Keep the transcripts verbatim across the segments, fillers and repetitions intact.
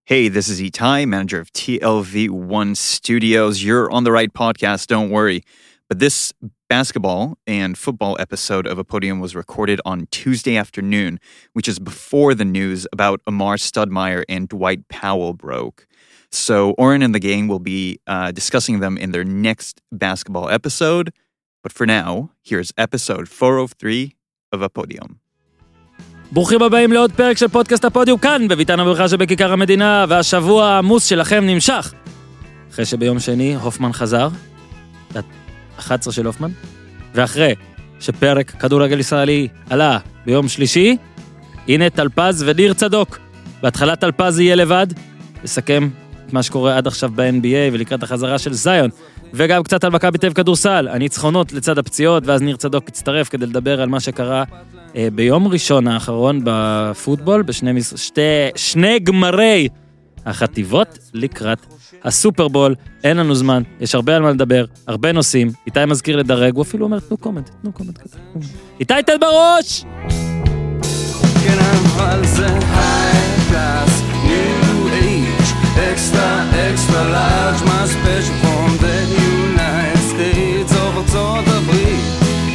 Hey, this is Itai, manager of T L V one Studios. You're on the right podcast, don't worry. But this basketball and football episode of A Podium was recorded on Tuesday afternoon, which is before the news about Amar Stoudemire and Dwight Powell broke. So Oren and the gang will be uh, discussing them in their next basketball episode. But for now, here's episode four oh three of A Podium. ברוכים הבאים לעוד פרק של פודקאסט הפודיום כאן, בביתן הברכה שבכיכר המדינה, והשבוע העמוס שלכם נמשך. אחרי שביום שני הופמן חזר, ל-אחת עשרה של הופמן, ואחרי שפרק כדורגל ישראלי עלה ביום שלישי, הנה טלפז וניר צדוק. בהתחלה טלפז יהיה לבד, לסכם את מה שקורה עד עכשיו ב-אן בי איי ולקראת החזרה של זיון, וגם קצת על מכבי תל אביב כדורסל, הניצחונות לצד הפציעות, ואז ניר צדוק יצטרף כדי לדבר על מה שקרה אה, ביום ראשון האחרון בפוטבול, בשני מס... שתי... שני גמרי החטיבות לקראת הסופרבול. אין לנו זמן, יש הרבה על מה לדבר, הרבה נושאים. איתי מזכיר לדרג, הוא אפילו אומר, תנו קומנט, תנו קומנט כזה. איתי תן בראש! כן, אבל זה high class, new age, extra, extra large, my special from the United States of ארצות הברית.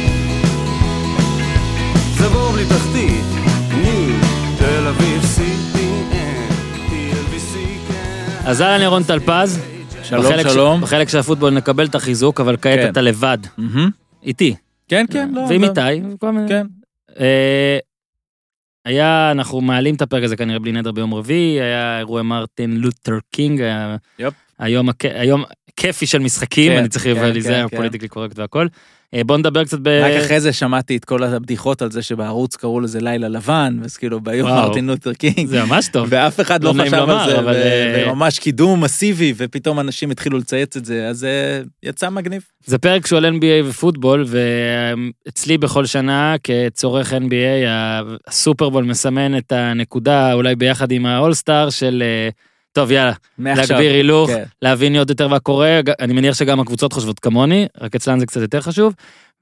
זה בור בלי תחתית, new, תל אביב, סי פי אן, טי אל וי סי, כן. אז אהלן ירון טלפז. שלום, בחלק שלום. ש... בחלק של הפוטבול נקבל את החיזוק, אבל כעת כן. אתה לבד. Mm-hmm. איתי. כן, כן. לא, ועם לא. איתי. כל מיני... כן. אה, היה, אנחנו מעלים את הפרק הזה כנראה בלי נדר ביום רביעי, היה אירועי מרטין לותר קינג, היה יופ. היום, היום כיפי של משחקים, כן, אני צריך כן, לזה, כן, כן. פוליטיקלי קורקט והכל. אה, בוא נדבר קצת ב... רק אחרי זה שמעתי את כל הבדיחות על זה שבערוץ קראו לזה לילה לבן, אז כאילו ביום וואו. מרטין לותר קינג, זה ממש טוב. ואף אחד לא לא נעים חשב לומר, על זה, אבל, ו- אה, וממש קידום מסיבי, ופתאום אנשים התחילו לצייץ את זה, אז אה, יצא מגניב. זה פרק שהוא על אן בי איי ופוטבול, ואצלי בכל שנה כצורך אן בי איי, הסופרבול מסמן את הנקודה, אולי ביחד עם האולסטאר של... טוב, יאללה, מעכשיו. להגביר הילוך, כן. להבין עוד יותר מה קורה, אני מניח שגם הקבוצות חושבות כמוני, רק אצלן זה קצת יותר חשוב,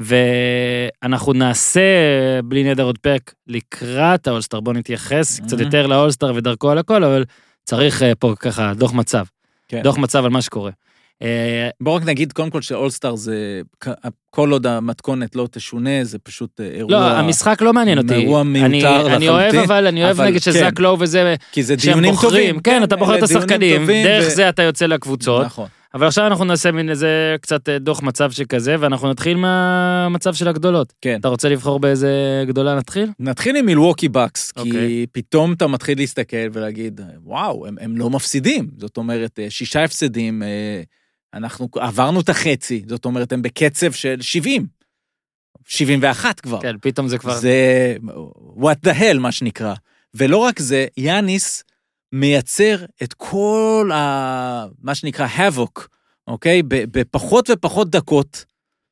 ואנחנו נעשה בלי נדר עוד פרק לקראת האולסטאר, בוא נתייחס קצת יותר לאולסטאר ודרכו על הכל, אבל צריך פה ככה דוח מצב, כן. דוח מצב על מה שקורה. בוא רק נגיד קודם כל שאולסטאר זה, כל עוד המתכונת לא תשונה, זה פשוט אירוע... לא, המשחק לא מעניין אותי. אירוע מיותר אני, לחלוטין. אני אוהב, אבל אני אוהב אבל נגיד שזק כן. לואו וזה, כי זה שהם דיונים בוחרים. טובים. כן, אתה בוחר את אלה דיונים השחקנים, טובים דרך ו- זה אתה יוצא לקבוצות. נכון. אבל עכשיו אנחנו נעשה מן איזה קצת דוח מצב שכזה, ואנחנו נתחיל מהמצב של הגדולות. כן. אתה רוצה לבחור באיזה גדולה נתחיל? נתחיל עם מילווקי בקס, כי אוקיי. פתאום אתה מתחיל להסתכל ולהגיד, וואו, הם, הם לא מפסידים. זאת אומרת, שישה הפסדים, אנחנו עברנו את החצי, זאת אומרת, הם בקצב של שבעים. שבעים ואחת כבר. כן, פתאום זה כבר... זה what the hell, מה שנקרא. ולא רק זה, יאניס מייצר את כל ה... מה שנקרא havoc, אוקיי? בפחות ופחות דקות,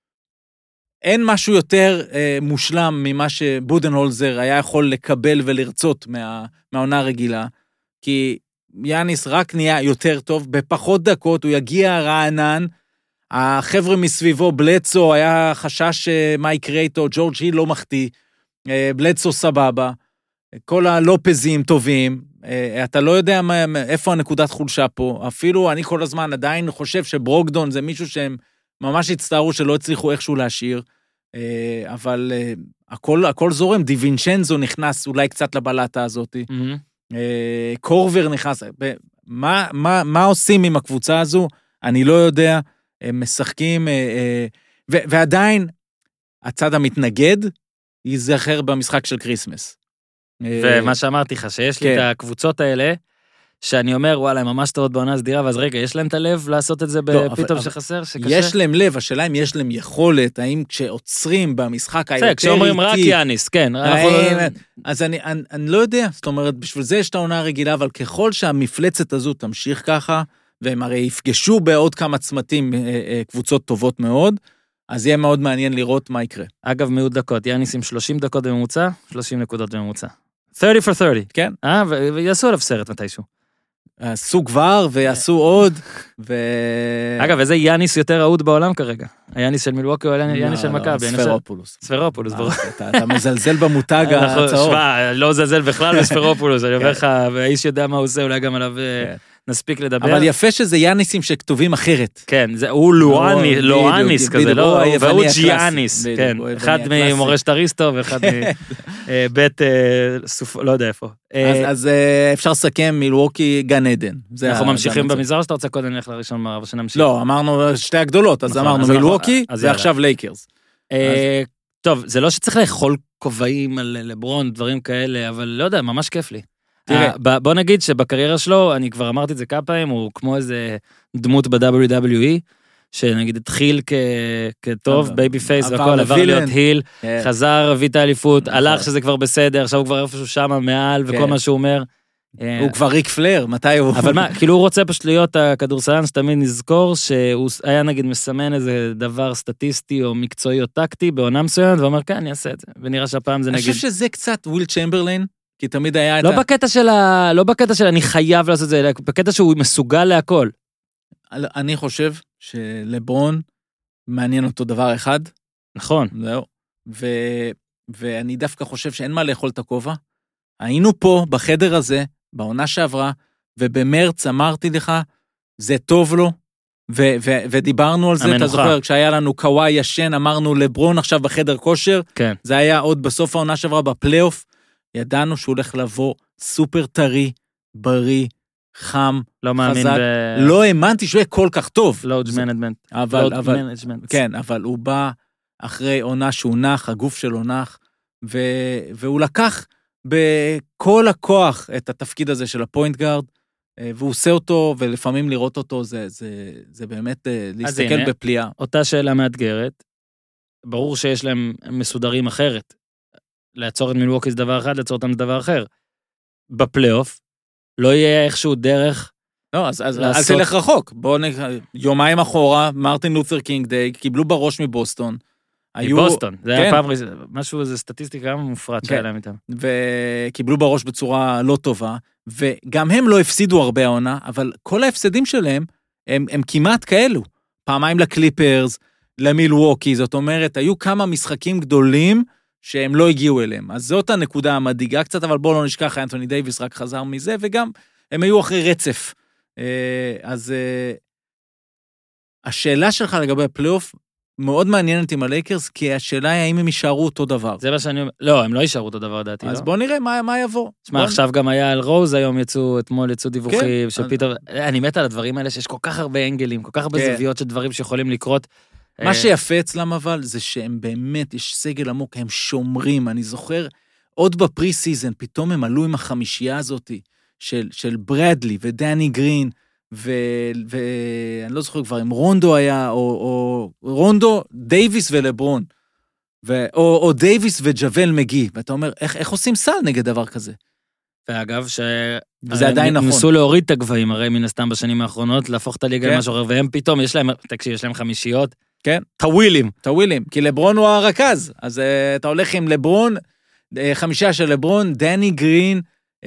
אין משהו יותר אה, מושלם ממה שבודנהולזר היה יכול לקבל ולרצות מה, מהעונה הרגילה, כי יאניס רק נהיה יותר טוב, בפחות דקות הוא יגיע רענן, החבר'ה מסביבו, בלצו, היה חשש מה יקרה איתו, ג'ורג' היל לא מחטיא, בלצו סבבה, כל הלופזים טובים, אתה לא יודע מה, איפה הנקודת חולשה פה, אפילו אני כל הזמן עדיין חושב שברוקדון זה מישהו שהם ממש הצטערו שלא הצליחו איכשהו להשאיר, אבל הכל, הכל זורם, דיווינצ'נזו נכנס אולי קצת לבלטה הזאת, mm-hmm. קורבר נכנס, מה, מה, מה עושים עם הקבוצה הזו? אני לא יודע, הם משחקים, ו- ועדיין הצד המתנגד ייזכר במשחק של קריסמס. ומה שאמרתי לך, שיש לי את הקבוצות האלה, שאני אומר, וואלה, הם ממש טובות בעונה סדירה, ואז רגע, יש להם את הלב לעשות את זה פתאום שחסר, שקשה? יש להם לב, השאלה אם יש להם יכולת, האם כשעוצרים במשחק היותר איטי... כשאומרים רק יאניס, כן. אז אני לא יודע, זאת אומרת, בשביל זה יש את העונה הרגילה, אבל ככל שהמפלצת הזו תמשיך ככה, והם הרי יפגשו בעוד כמה צמתים קבוצות טובות מאוד, אז יהיה מאוד מעניין לראות מה יקרה. אגב, מיעוט דקות, יאניס עם שלושים דקות בממוצע, שלושים נקודות בממוצע. שלושים for שלושים. כן. אה, ויעשו עליו סרט מתישהו. עשו כבר ויעשו עוד, ו... אגב, איזה יאניס יותר אהוד בעולם כרגע? היאניס של מילווקי או היאניס של מכבי? ספרופולוס. ספרופולוס, ברור. אתה מזלזל במותג הצהוב. שמע, לא מזלזל בכלל בספרופולוס, אני אומר לך, והאיש יודע מה הוא עושה, אולי גם עליו נספיק לדבר. אבל יפה שזה יאניסים שכתובים אחרת. כן, הוא לואניס כזה, לא? והוא ג'יאניס, כן. אחד ממורשת אריסטו ואחד מבית, לא יודע איפה. אז אפשר לסכם מילווקי גן עדן. אנחנו ממשיכים במזרח, שאתה רוצה קודם נלך לראשון מערב, שנמשיך. לא, אמרנו שתי הגדולות, אז אמרנו מילווקי, ועכשיו לייקרס. טוב, זה לא שצריך לאכול כובעים על לברון, דברים כאלה, אבל לא יודע, ממש כיף לי. תראה, בוא נגיד שבקריירה שלו, אני כבר אמרתי את זה כמה פעמים, הוא כמו איזה דמות ב-דאבליו דאבליו אי, שנגיד התחיל כטוב, בייבי פייס והכל, עבר להיות היל, חזר, הביא את האליפות, הלך שזה כבר בסדר, עכשיו הוא כבר איפשהו שמה מעל, וכל מה שהוא אומר. הוא כבר ריק פלר, מתי הוא... אבל מה, כאילו הוא רוצה פשוט להיות הכדורסלן, שתמיד נזכור שהוא היה נגיד מסמן איזה דבר סטטיסטי או מקצועי או טקטי בעונה מסוימת, ואומר, כן, אני אעשה את זה. ונראה שהפעם זה נגיד... אני חושב שזה קצת וויל צ'מברליין, כי תמיד היה את לא ה... בקטע של ה... לא בקטע של אני חייב לעשות את זה, אלא בקטע שהוא מסוגל להכל. אני חושב שלברון מעניין אותו דבר אחד. נכון. זהו. ו... ואני דווקא חושב שאין מה לאכול את הכובע. היינו פה בחדר הזה, בעונה שעברה, ובמרץ אמרתי לך, זה טוב לו, ו- ו- ודיברנו על זה, המנוחה. אתה זוכר, כשהיה לנו קוואי ישן, אמרנו לברון עכשיו בחדר כושר, כן. זה היה עוד בסוף העונה שעברה בפלייאוף, ידענו שהוא הולך לבוא סופר טרי, בריא, חם, לא מאמין חזק, ב... לא האמנתי שהוא יהיה כל כך טוב. לואוד מנג'מנט. אבל, אבל, כן, אבל הוא בא אחרי עונה שהוא נח, הגוף שלו נח, ו- והוא לקח בכל הכוח את התפקיד הזה של הפוינט גארד, והוא עושה אותו, ולפעמים לראות אותו, זה, זה, זה באמת להסתכל הנה, בפליאה. אותה שאלה מאתגרת, ברור שיש להם מסודרים אחרת. לעצור את מילווקי זה דבר אחד, לעצור אותם זה דבר אחר. בפלייאוף, לא יהיה איכשהו דרך... לא, אז, אז לעשות... אל תלך רחוק. בואו נ... יומיים אחורה, מרטין לותר קינג דיי, קיבלו בראש מבוסטון. מבוסטון, היו... זה כן. היה פעם, משהו, זה סטטיסטיקה מופרט כן. שהיה להם איתם. וקיבלו בראש בצורה לא טובה, וגם הם לא הפסידו הרבה העונה, אבל כל ההפסדים שלהם, הם, הם כמעט כאלו. פעמיים לקליפרס, למילווקי, זאת אומרת, היו כמה משחקים גדולים, שהם לא הגיעו אליהם. אז זאת הנקודה המדאיגה קצת, אבל בואו לא נשכח, אנתוני דייביס רק חזר מזה, וגם הם היו אחרי רצף. אז השאלה שלך לגבי הפלייאוף, מאוד מעניינת עם הלייקרס, כי השאלה היא האם הם יישארו אותו דבר. זה מה שאני אומר, לא, הם לא יישארו אותו דבר, דעתי, לא? אז בואו נראה מה, מה יבוא. תשמע, עכשיו גם היה על רוז, היום יצאו, אתמול יצאו דיווחים, כן, שפתאום, אני מת על הדברים האלה, שיש כל כך הרבה אנגלים, כל כך הרבה כן. זוויות של דברים שיכולים לקרות. מה שיפה אצלם אבל, זה שהם באמת, יש סגל עמוק, הם שומרים, אני זוכר, עוד בפרי סיזן, פתאום הם עלו עם החמישייה הזאת, של, של ברדלי ודני גרין, ואני לא זוכר כבר, אם רונדו היה, או, או רונדו, דייביס ולברון, ו, או, או דייביס וג'וול מגי, ואתה אומר, איך, איך עושים סל נגד דבר כזה? ואגב, ש... וזה עדיין נכון. ניסו להוריד את הגבהים, הרי מן הסתם בשנים האחרונות, להפוך את הליגה למשהו אחר, והם פתאום, יש להם, תקשיב, יש להם חמישיות, כן. טווילים. טווילים, כי לברון הוא הרכז, אז uh, אתה הולך עם לברון, uh, חמישה של לברון, דני גרין, uh,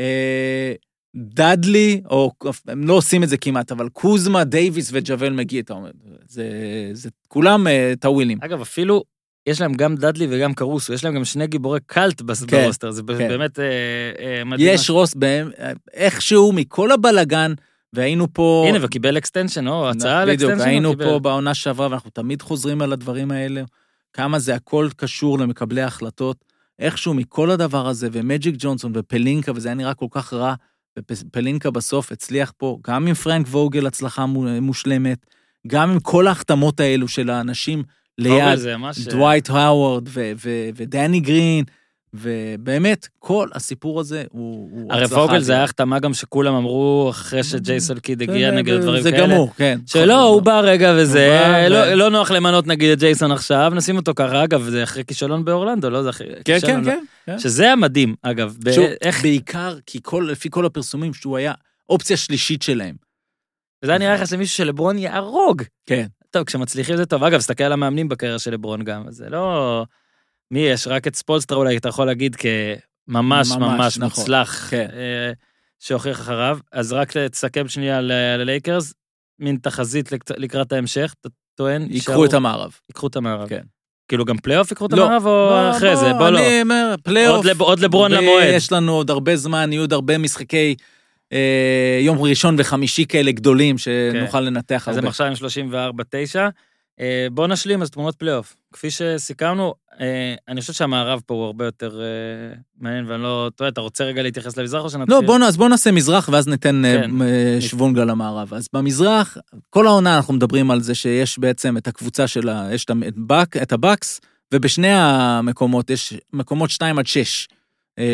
דאדלי, או הם לא עושים את זה כמעט, אבל קוזמה, דייביס וג'וול מגי, אתה אומר, זה, זה כולם uh, טווילים. אגב, אפילו, יש להם גם דאדלי וגם קרוסו, יש להם גם שני גיבורי קלט כן, ברוסטר, זה כן. באמת uh, uh, מדהים. יש רוס, איכשהו מכל הבלגן, והיינו פה... הנה, וקיבל אקסטנשן, או הצעה לאקסטנשן. בדיוק, היינו קיבל... פה בעונה שעברה, ואנחנו תמיד חוזרים על הדברים האלה, כמה זה הכל קשור למקבלי ההחלטות, איכשהו מכל הדבר הזה, ומג'יק ג'ונסון ופלינקה, וזה היה נראה כל כך רע, ופלינקה בסוף הצליח פה, גם עם פרנק ווגל הצלחה מושלמת, גם עם כל ההחתמות האלו של האנשים ליד, דווייט האוורד ודני גרין, ובאמת, כל הסיפור הזה הוא... הרי ווגל זה היה החתמה גם שכולם אמרו, אחרי שג'ייסון קיד הגיע נגד דברים כאלה. זה גמור, כן. שלא, הוא בא רגע וזה, לא נוח למנות נגיד את ג'ייסון עכשיו, נשים אותו ככה, אגב, זה אחרי כישלון באורלנדו, לא? זה אחרי כישלון. כן, כן. שזה המדהים, אגב. בעיקר, כי לפי כל הפרסומים, שהוא היה אופציה שלישית שלהם. וזה נראה לך שמישהו שלברון יהרוג. כן. טוב, כשמצליחים זה טוב. אגב, סתכל על המאמנים בקריירה של לברון גם, זה לא... מי יש? רק את ספולסטרה אולי אתה יכול להגיד כממש ממש, ממש נכון. מוצלח, כן. שהוכיח אחריו, אז רק תסכם שנייה ללייקרס, מין תחזית לקראת ההמשך, אתה טוען? ייקחו את המערב. ייקחו את המערב. כן. כאילו גם פלייאוף יקחו את לא. המערב, או בוא, אחרי בוא, זה? בוא לא. אני אומר, פלייאוף. עוד, לב, עוד לברון למועד. יש לנו עוד הרבה זמן, יהיו עוד הרבה משחקי אה, יום ראשון וחמישי כאלה גדולים, שנוכל כן. לנתח אז הרבה. הם עכשיו עם שלושים וארבע תשע. אה, בוא נשלים, אז תמונות פלייאוף. כפי שסיכמנו, אה, אני חושב שהמערב פה הוא הרבה יותר אה, מעניין, ואני לא טועה, אתה רוצה רגע להתייחס למזרח או שנתחיל? לא, בוא, אז בוא נעשה מזרח, ואז ניתן כן. אה, שוונגה למערב. אז במזרח, כל העונה אנחנו מדברים על זה שיש בעצם את הקבוצה שלה, יש את, הבק, את הבקס, ובשני המקומות יש מקומות שתיים עד שש. אה,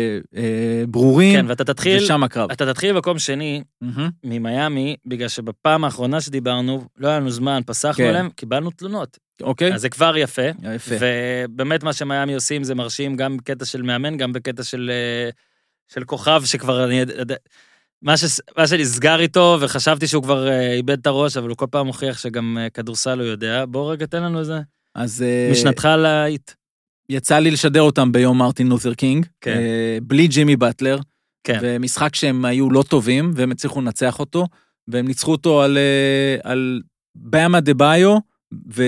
אה, ברורים, כן, ואתה תתחיל, ושם הקרב. אתה תתחיל במקום שני Mm-hmm. ממיימי, בגלל שבפעם האחרונה שדיברנו, לא היה לנו זמן, פסחנו כן. עליהם, קיבלנו תלונות. אוקיי? אז זה כבר יפה. יפה. ובאמת מה שמיימי עושים זה מרשים גם בקטע של מאמן, גם בקטע של, של כוכב שכבר אני יודע, מה, ש, מה שנסגר איתו, וחשבתי שהוא כבר איבד את הראש, אבל הוא כל פעם מוכיח שגם כדורסל הוא יודע. בוא רגע תן לנו איזה אז משנתך להיט. יצא לי לשדר אותם ביום מרטין לותר קינג, כן. בלי ג'ימי באטלר, כן. ומשחק שהם היו לא טובים, והם הצליחו לנצח אותו, והם ניצחו אותו על, על באמה דה ביו, ו,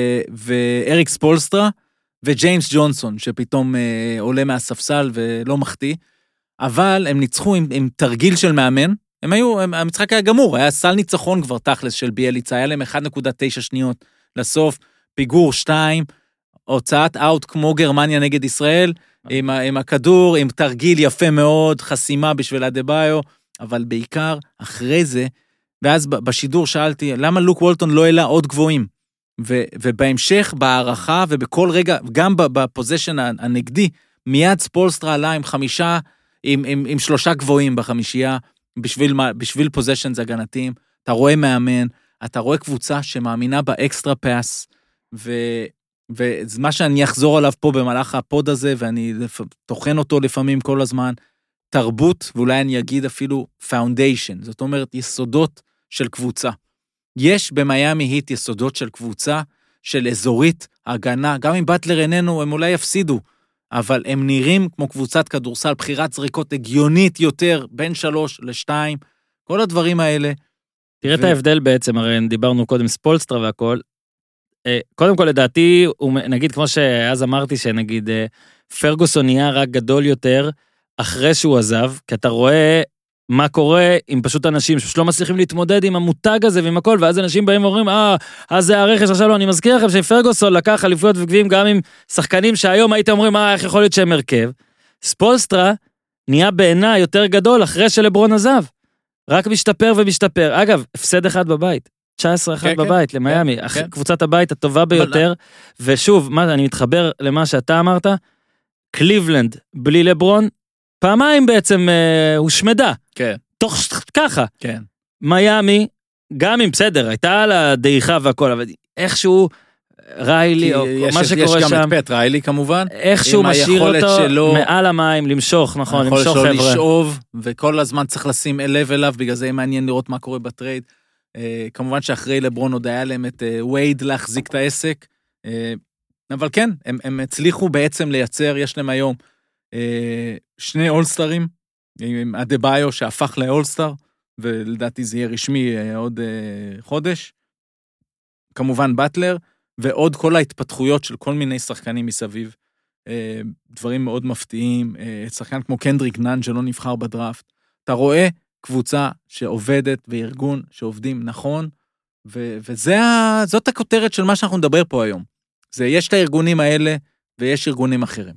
ואריק ספולסטרה, וג'יימס ג'ונסון, שפתאום אה, עולה מהספסל ולא מחטיא, אבל הם ניצחו עם, עם תרגיל של מאמן, הם היו, הם, המשחק היה גמור, היה סל ניצחון כבר תכלס של ביאליצה, היה להם אחת נקודה תשע שניות לסוף, פיגור שתיים, הוצאת אאוט כמו גרמניה נגד ישראל, עם, עם הכדור, עם תרגיל יפה מאוד, חסימה בשביל הדביו, אבל בעיקר אחרי זה, ואז בשידור שאלתי, למה לוק וולטון לא העלה עוד גבוהים? ו, ובהמשך, בהערכה ובכל רגע, גם בפוזיישן הנגדי, מיד ספולסטרה עלה עם חמישה, עם, עם, עם שלושה גבוהים בחמישייה, בשביל, בשביל פוזיישנס הגנתיים, אתה רואה מאמן, אתה רואה קבוצה שמאמינה באקסטרה פאס, ו... ומה שאני אחזור עליו פה במהלך הפוד הזה, ואני תוכן אותו לפעמים כל הזמן, תרבות, ואולי אני אגיד אפילו foundation, זאת אומרת יסודות של קבוצה. יש במיימי היט יסודות של קבוצה, של אזורית, הגנה, גם אם באטלר איננו, הם אולי יפסידו, אבל הם נראים כמו קבוצת כדורסל, בחירת זריקות הגיונית יותר, בין שלוש לשתיים, כל הדברים האלה. תראה ו... את ההבדל בעצם, הרי דיברנו קודם ספולסטרה והכל, קודם כל, לדעתי, נגיד, כמו שאז אמרתי, שנגיד, פרגוסון נהיה רק גדול יותר, אחרי שהוא עזב, כי אתה רואה מה קורה עם פשוט אנשים, שלא מצליחים להתמודד עם המותג הזה ועם הכל, ואז אנשים באים ואומרים, אה, אז זה הרכש, עכשיו לא, אני מזכיר לכם שפרגוסון לקח אליפויות וגביעים גם עם שחקנים שהיום הייתם אומרים, אה, איך יכול להיות שהם הרכב? ספולסטרה נהיה בעיניי יותר גדול אחרי שלברון עזב. רק משתפר ומשתפר. אגב, הפסד אחד בבית. תשע עשרה אחת בבית, למיימי, קבוצת הבית הטובה ביותר, ושוב, מה, אני מתחבר למה שאתה אמרת, קליבלנד בלי לברון, פעמיים בעצם הושמדה, תוך ככה, מיימי, גם אם בסדר, הייתה על הדעיכה והכל, אבל איכשהו ריילי, או מה שקורה שם, יש גם את פט ריילי כמובן, איכשהו משאיר אותו מעל המים, למשוך, נכון, למשוך חבר'ה. לשאוב, וכל הזמן צריך לשים לב אליו, בגלל זה מעניין לראות מה קורה בטרייד, Uh, כמובן שאחרי לברון עוד היה להם את uh, וייד להחזיק את העסק, uh, אבל כן, הם, הם הצליחו בעצם לייצר, יש להם היום uh, שני אולסטרים, עם אדביו שהפך לאולסטר, ולדעתי זה יהיה רשמי uh, עוד uh, חודש, כמובן באטלר, ועוד כל ההתפתחויות של כל מיני שחקנים מסביב, uh, דברים מאוד מפתיעים, uh, שחקן כמו קנדריק נאן שלא נבחר בדראפט, אתה רואה, קבוצה שעובדת וארגון שעובדים נכון, ו- וזה ה- זאת הכותרת של מה שאנחנו נדבר פה היום. זה יש את הארגונים האלה, ויש ארגונים אחרים.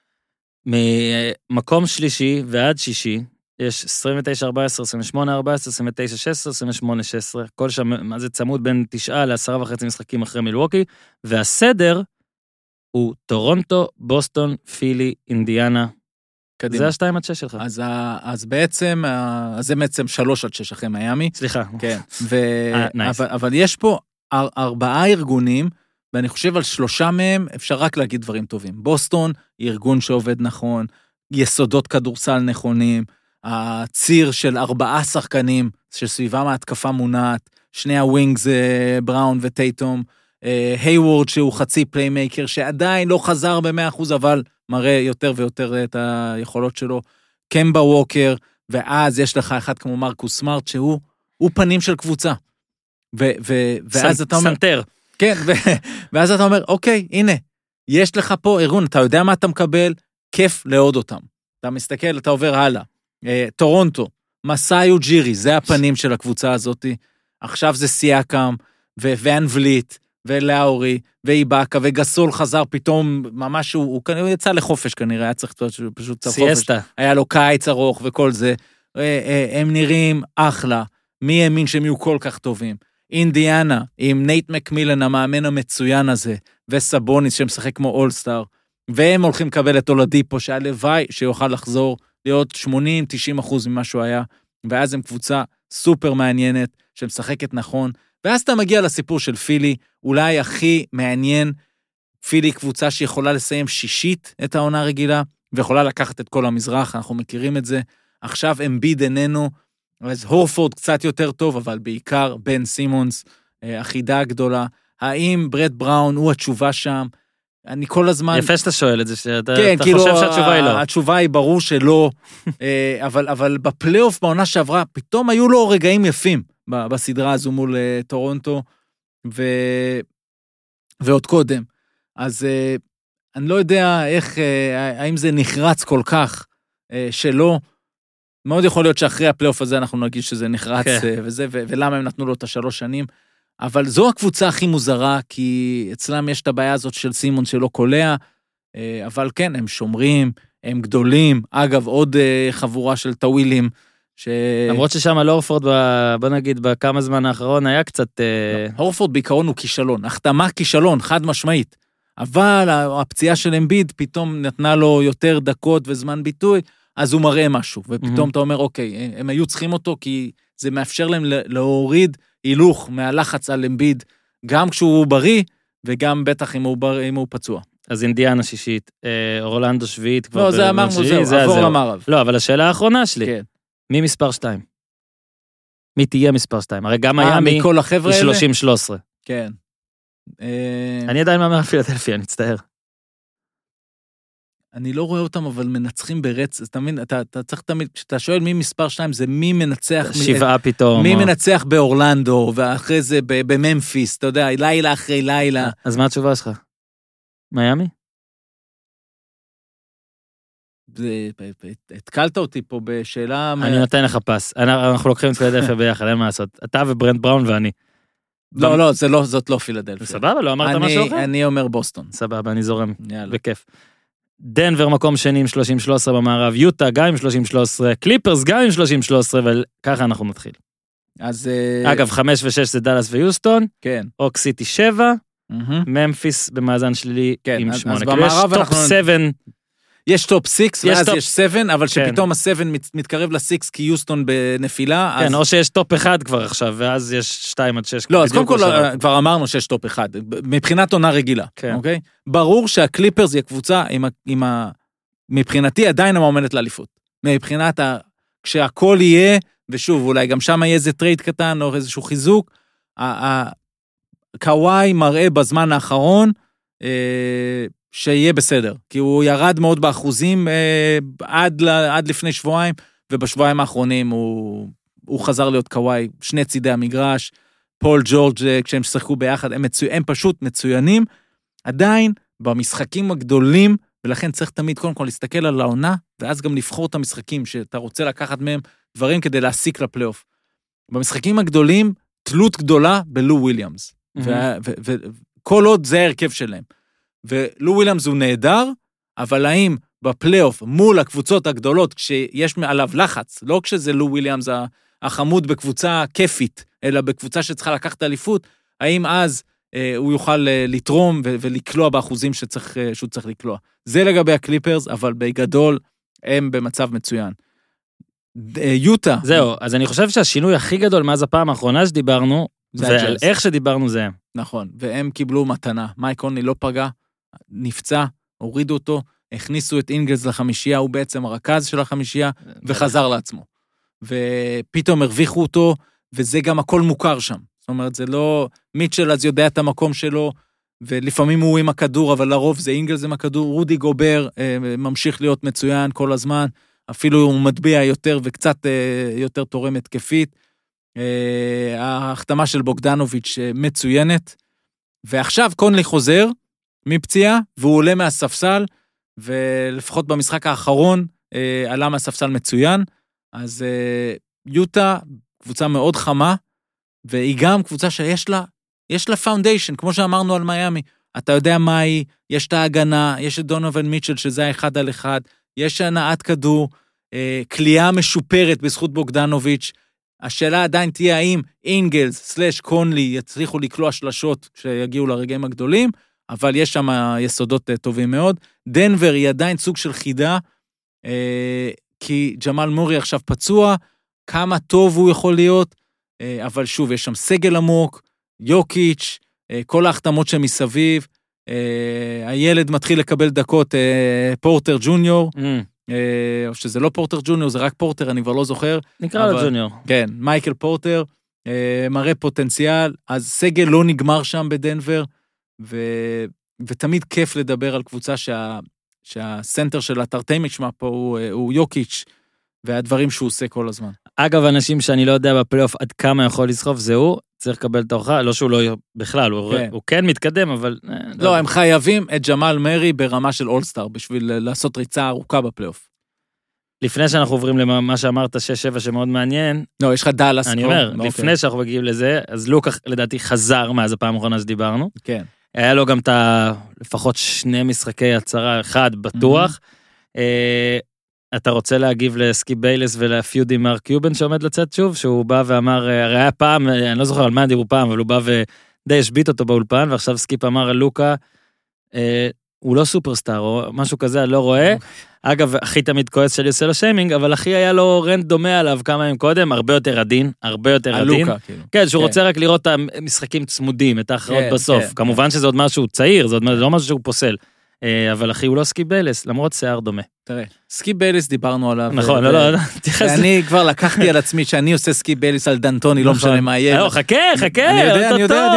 ממקום שלישי ועד שישי, יש עשרים ותשע ארבע עשרה, עשרים ושמונה ארבע עשרה, עשרים ותשע שש עשרה, עשרים ושמונה שש עשרה, כל שם, מה זה צמוד בין תשעה לעשרה וחצי משחקים אחרי מילווקי, והסדר הוא טורונטו, בוסטון, פילי, אינדיאנה, קדימה. זה השתיים עד שש שלך. אז, אז בעצם, אז זה בעצם שלוש עד שש אחרי מיימי. סליחה. כן. ו... uh, nice. אבל, אבל יש פה ארבעה ארגונים, ואני חושב על שלושה מהם, אפשר רק להגיד דברים טובים. בוסטון, ארגון שעובד נכון, יסודות כדורסל נכונים, הציר של ארבעה שחקנים, שסביבם ההתקפה מונעת, שני הווינגס, בראון וטייטום, היוורד שהוא חצי פליימייקר, שעדיין לא חזר ב-מאה אחוז, אבל מראה יותר ויותר את היכולות שלו, קמבה ווקר, ואז יש לך אחד כמו מרקוס סמארט, שהוא הוא פנים של קבוצה. ו, ו, ואז אתה אומר... סנטר. כן, ו, ואז אתה אומר, אוקיי, הנה, יש לך פה ארגון, אתה יודע מה אתה מקבל, כיף לעוד אותם. אתה מסתכל, אתה עובר הלאה. אה, טורונטו, מסאי וג'ירי, זה הפנים של הקבוצה הזאת. עכשיו זה סייקם, וואן וליט, ולאורי, ואיבאקה, וגסול חזר פתאום, ממש הוא, הוא, הוא יצא לחופש כנראה, היה צריך פשוט צריך חופש. סיאסטה. היה לו קיץ ארוך וכל זה. הם נראים אחלה. מי האמין שהם יהיו כל כך טובים? אינדיאנה, עם נייט מקמילן, המאמן המצוין הזה, וסבוניס שמשחק כמו אולסטאר, והם הולכים לקבל את אולדיפו, שהלוואי שיוכל לחזור להיות שמונים תשעים אחוז ממה שהוא היה, ואז הם קבוצה סופר מעניינת, שמשחקת נכון, ואז אתה מגיע לסיפור של פילי, אולי הכי מעניין, פילי קבוצה שיכולה לסיים שישית את העונה הרגילה, ויכולה לקחת את כל המזרח, אנחנו מכירים את זה, עכשיו אמביד איננו, אז הורפורד קצת יותר טוב, אבל בעיקר בן סימונס, החידה הגדולה, האם ברד בראון הוא התשובה שם, אני כל הזמן... יפה שאתה שואל את זה, שאתה כן, אתה כאילו, חושב שהתשובה היא לא. התשובה היא ברור שלא, אבל, אבל בפלייאוף בעונה שעברה, פתאום היו לו רגעים יפים, בסדרה הזו מול טורונטו, ו... ועוד קודם. אז אני לא יודע איך, האם זה נחרץ כל כך, שלא, מאוד יכול להיות שאחרי הפלייאוף הזה אנחנו נגיד שזה נחרץ, okay. וזה, ו- ולמה הם נתנו לו את השלוש שנים, אבל זו הקבוצה הכי מוזרה, כי אצלם יש את הבעיה הזאת של סימון שלא קולע, אבל כן, הם שומרים, הם גדולים, אגב, עוד חבורה של טווילים, ש... למרות ששם על הורפורד, בוא נגיד, בכמה זמן האחרון היה קצת... לא, הורפורד בעיקרון הוא כישלון, החתמה כישלון, חד משמעית, אבל הפציעה של אמביד פתאום נתנה לו יותר דקות וזמן ביטוי, אז הוא מראה משהו, ופתאום אתה אומר, אוקיי, הם היו צריכים אותו, כי זה מאפשר להם להוריד הילוך מהלחץ על אמביד, גם כשהוא בריא, וגם בטח אם הוא, בר, אם הוא פצוע. אז אינדיאנה שישית, אורלנדו שביעית. לא, זה אמרנו, זהו, זה עבור למערב. לא, אבל השאלה האחרונה שלי, כן. מי מספר שתיים? מי תהיה מספר שתיים? הרי גם היה מי... מכל החבר'ה האלה? שלושים שלוש עשרה. כן. אני עדיין מאמר פילדלפיה, אני מצטער. אני לא רואה אותם, אבל מנצחים ברצף, אתה מבין, אתה, אתה צריך תמיד, כשאתה שואל מי מספר שתיים, זה מי מנצח... שבעה פתאום. מי או... מנצח באורלנדו, ואחרי זה בממפיס, אתה יודע, לילה אחרי לילה. אז מה התשובה שלך? מיאמי? התקלת אותי פה בשאלה... אני נותן לך פס, אנחנו לוקחים את פילדלפיה ביחד, אין מה לעשות. אתה וברנט בראון ואני. לא, לא, זאת לא פילדלפיה. סבבה, לא אמרת משהו אחר? אני אומר בוסטון. סבבה, אני זורם, בכיף. דנבר מקום שני עם שלושים שלוש עשרה במערב, יוטה גם עם שלושים שלוש עשרה, קליפרס גם עם שלושים שלוש עשרה, וככה אנחנו נתחיל. אז... אגב, חמש ושש זה דלס ויוסטון, כן. אוק סיטי שבע, ממפיס במאזן שלילי עם שמונה. כאילו יש טופ שבע. יש טופ סיקס, ואז יש שבע, אבל שפתאום ה-שבע מתקרב ל-סיקס, כי יוסטון בנפילה. כן, או שיש טופ אחד כבר עכשיו, ואז יש שתיים עד שש. לא, אז קודם כל כבר אמרנו שיש טופ אחד, מבחינת עונה רגילה, אוקיי? ברור שהקליפרס היא הקבוצה, מבחינתי עדיין המעומדת לאליפות. מבחינת, כשהכל יהיה, ושוב, אולי גם שם יהיה איזה טרייד קטן, או איזשהו חיזוק, קוואי מראה בזמן האחרון, שיהיה בסדר, כי הוא ירד מאוד באחוזים אה, עד, עד לפני שבועיים, ובשבועיים האחרונים הוא, הוא חזר להיות קוואי, שני צידי המגרש, פול ג'ורג' כשהם שחקו ביחד, הם, מצו, הם פשוט מצוינים, עדיין במשחקים הגדולים, ולכן צריך תמיד קודם כל להסתכל על העונה, ואז גם לבחור את המשחקים שאתה רוצה לקחת מהם דברים כדי להסיק לפלייאוף. במשחקים הגדולים, תלות גדולה בלו וויליאמס, mm-hmm. וכל עוד זה ההרכב שלהם. ולו וויליאמס הוא נהדר, אבל האם בפלייאוף מול הקבוצות הגדולות, כשיש עליו לחץ, לא כשזה לו וויליאמס החמוד בקבוצה כיפית, אלא בקבוצה שצריכה לקחת אליפות, האם אז אה, הוא יוכל אה, לתרום ו- ולקלוע באחוזים שצריך, אה, שהוא צריך לקלוע. זה לגבי הקליפרס, אבל בגדול הם במצב מצוין. אה, יוטה. זהו, אז אני חושב שהשינוי הכי גדול מאז הפעם האחרונה שדיברנו, ועל איך שדיברנו זה הם. נכון, והם קיבלו מתנה. מייק קונלי לא פגע, נפצע, הורידו אותו, הכניסו את אינגלס לחמישייה, הוא בעצם הרכז של החמישייה, וחזר לעצמו. ופתאום הרוויחו אותו, וזה גם הכל מוכר שם. זאת אומרת, זה לא... מיטשל אז יודע את המקום שלו, ולפעמים הוא עם הכדור, אבל לרוב זה אינגלס עם הכדור, רודי גובר ממשיך להיות מצוין כל הזמן, אפילו הוא מטביע יותר וקצת יותר תורם התקפית. ההחתמה של בוגדנוביץ' מצוינת, ועכשיו קונלי חוזר מפציעה, והוא עולה מהספסל, ולפחות במשחק האחרון עלה מהספסל מצוין, אז יוטה קבוצה מאוד חמה, והיא גם קבוצה שיש לה, יש לה פאונדיישן, כמו שאמרנו על מיאמי, אתה יודע מה היא, יש את ההגנה, יש את דונובין מיטשל, שזה האחד על אחד, יש הנעת כדור, כלייה משופרת בזכות בוגדנוביץ', השאלה עדיין תהיה האם אינגלס סלש קונלי יצליחו לקלוע שלשות כשיגיעו לרגעים הגדולים, אבל יש שם יסודות טובים מאוד. דנבר היא עדיין סוג של חידה, כי ג'מאל מורי עכשיו פצוע, כמה טוב הוא יכול להיות, אבל שוב, יש שם סגל עמוק, יוקיץ', כל ההחתמות שמסביב, הילד מתחיל לקבל דקות, פורטר ג'וניור, mm. או שזה לא פורטר ג'וניור, זה רק פורטר, אני כבר לא זוכר. נקרא לו ג'וניור. כן, מייקל פורטר, מראה פוטנציאל, אז סגל לא נגמר שם בדנבר, ו, ותמיד כיף לדבר על קבוצה שה, שהסנטר של התרתי משמע פה הוא, הוא יוקיץ', והדברים שהוא עושה כל הזמן. אגב, אנשים שאני לא יודע בפלייאוף עד כמה יכול לסחוף, זה הוא, צריך לקבל את ההוכחה, לא שהוא לא בכלל, הוא, כן. הוא כן מתקדם, אבל... לא, לא, הם חייבים את ג'מאל מרי ברמה של אולסטאר, בשביל לעשות ריצה ארוכה בפלייאוף. לפני שאנחנו עוברים למה שאמרת, שש שבע שמאוד מעניין... לא, יש לך דאלאס. אני אומר, לפני אוקיי. שאנחנו מגיעים לזה, אז לוקה לדעתי חזר מאז הפעם האחרונה שדיברנו. כן. היה לו גם את ה... לפחות שני משחקי הצהרה, אחד בטוח. Mm-hmm. אתה רוצה להגיב לסקי ביילס ולפיודי מרק קיובן שעומד לצאת שוב, שהוא בא ואמר, הרי היה פעם, אני לא זוכר על מה דיברו פעם, אבל הוא בא ודי השביט אותו באולפן, ועכשיו סקיפ אמר על לוקה, אה, הוא לא סופרסטאר, או משהו כזה, אני לא רואה. אגב, אחי תמיד כועס שלי עושה לו שיימינג, אבל אחי היה לו רנט דומה עליו כמה ימים קודם, הרבה יותר עדין, הרבה יותר עדין. הלוקה, כאילו. כן, שהוא רוצה רק לראות את המשחקים צמודים, את האחרות בסוף. כמובן שזה עוד משהו צעיר, זה לא משהו שהוא פוסל. אבל אחי הוא לא סקי ביילס, למרות שיער דומה. תראה, סקי ביילס דיברנו עליו. נכון, לא, לא, אני כבר לקחתי על עצמי שאני עושה סקי ביילס על דנטוני, לא משנה מה יהיה. לא, חכה, חכה, אני יודע, אני יודע,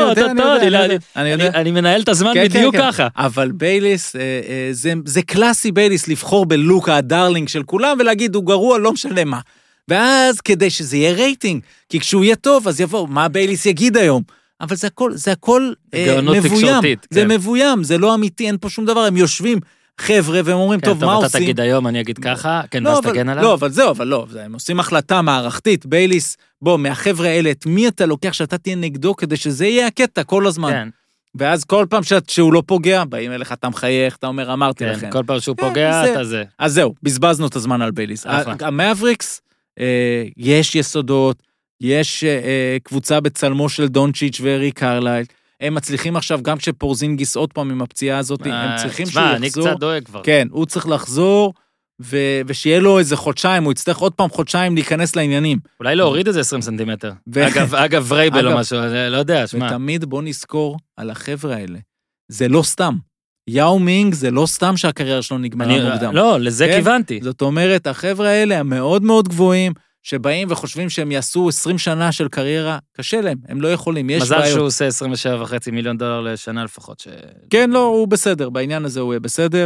אני יודע. אני מנהל את הזמן בדיוק ככה. אבל ביילס, זה קלאסי ביילס לבחור בלוקה הדרלינג של כולם, ולהגיד, הוא גרוע, לא משנה מה. ואז כדי שזה יהיה רייטינג, כי כשהוא יהיה טוב, אז יבוא, מה ביילס יגיד היום? אבל זה הכל, זה הכל אה, מבוים, זה כן. מבוים, זה לא אמיתי, אין פה שום דבר, הם יושבים חבר'ה והם אומרים, כן, טוב, טוב, מה אתה עושים? תגיד היום, אני אגיד ככה, כן, לא, ואז אבל, תגן עליו? לא, אבל זהו, אבל לא, הם עושים החלטה מערכתית, בייליס, בוא, מהחבר'ה האלה, את מי אתה לוקח שאתה תהיה נגדו, כדי שזה יהיה הקטע כל הזמן. כן. ואז כל פעם שאת, שהוא לא פוגע, באים אליך, אתה מחייך, אתה אומר, אמרתי כן, לכם. כל פעם שהוא כן, פוגע, זה, אתה זה. אז זהו, בזבזנו את הזמן על בייליס. המאבריקס, אה, יש יסודות, יש אה, קבוצה בצלמו של דונצ'יץ' וארי קרלייל, הם מצליחים עכשיו, גם כשפורזינגיס עוד פעם עם הפציעה הזאת, אה, הם צריכים שהוא יחזור. אני קצת דואג כבר. כן, הוא צריך לחזור, ו- ושיהיה לו איזה חודשיים, הוא יצטרך עוד פעם חודשיים להיכנס לעניינים. אולי להוריד איזה עשרים סנטימטר. ו- אגב, אגב רייבל או משהו, לא יודע, שמה. ותמיד בוא נזכור על החבר'ה האלה. זה לא סתם. יאו מינג זה לא סתם שהקריירה שלו נגמרה מוקדם. לא, לזה כן? כיוונתי. זאת אומרת, החבר'ה האלה הם מאוד מאוד גבוהים, שבאים וחושבים שהם יעשו עשרים שנה של קריירה, קשה להם, הם לא יכולים, יש מזל בעיות. שהוא עושה עשרים ושבע וחצי מיליון דולר לשנה לפחות. ש... כן, לא, הוא בסדר, בעניין הזה הוא בסדר,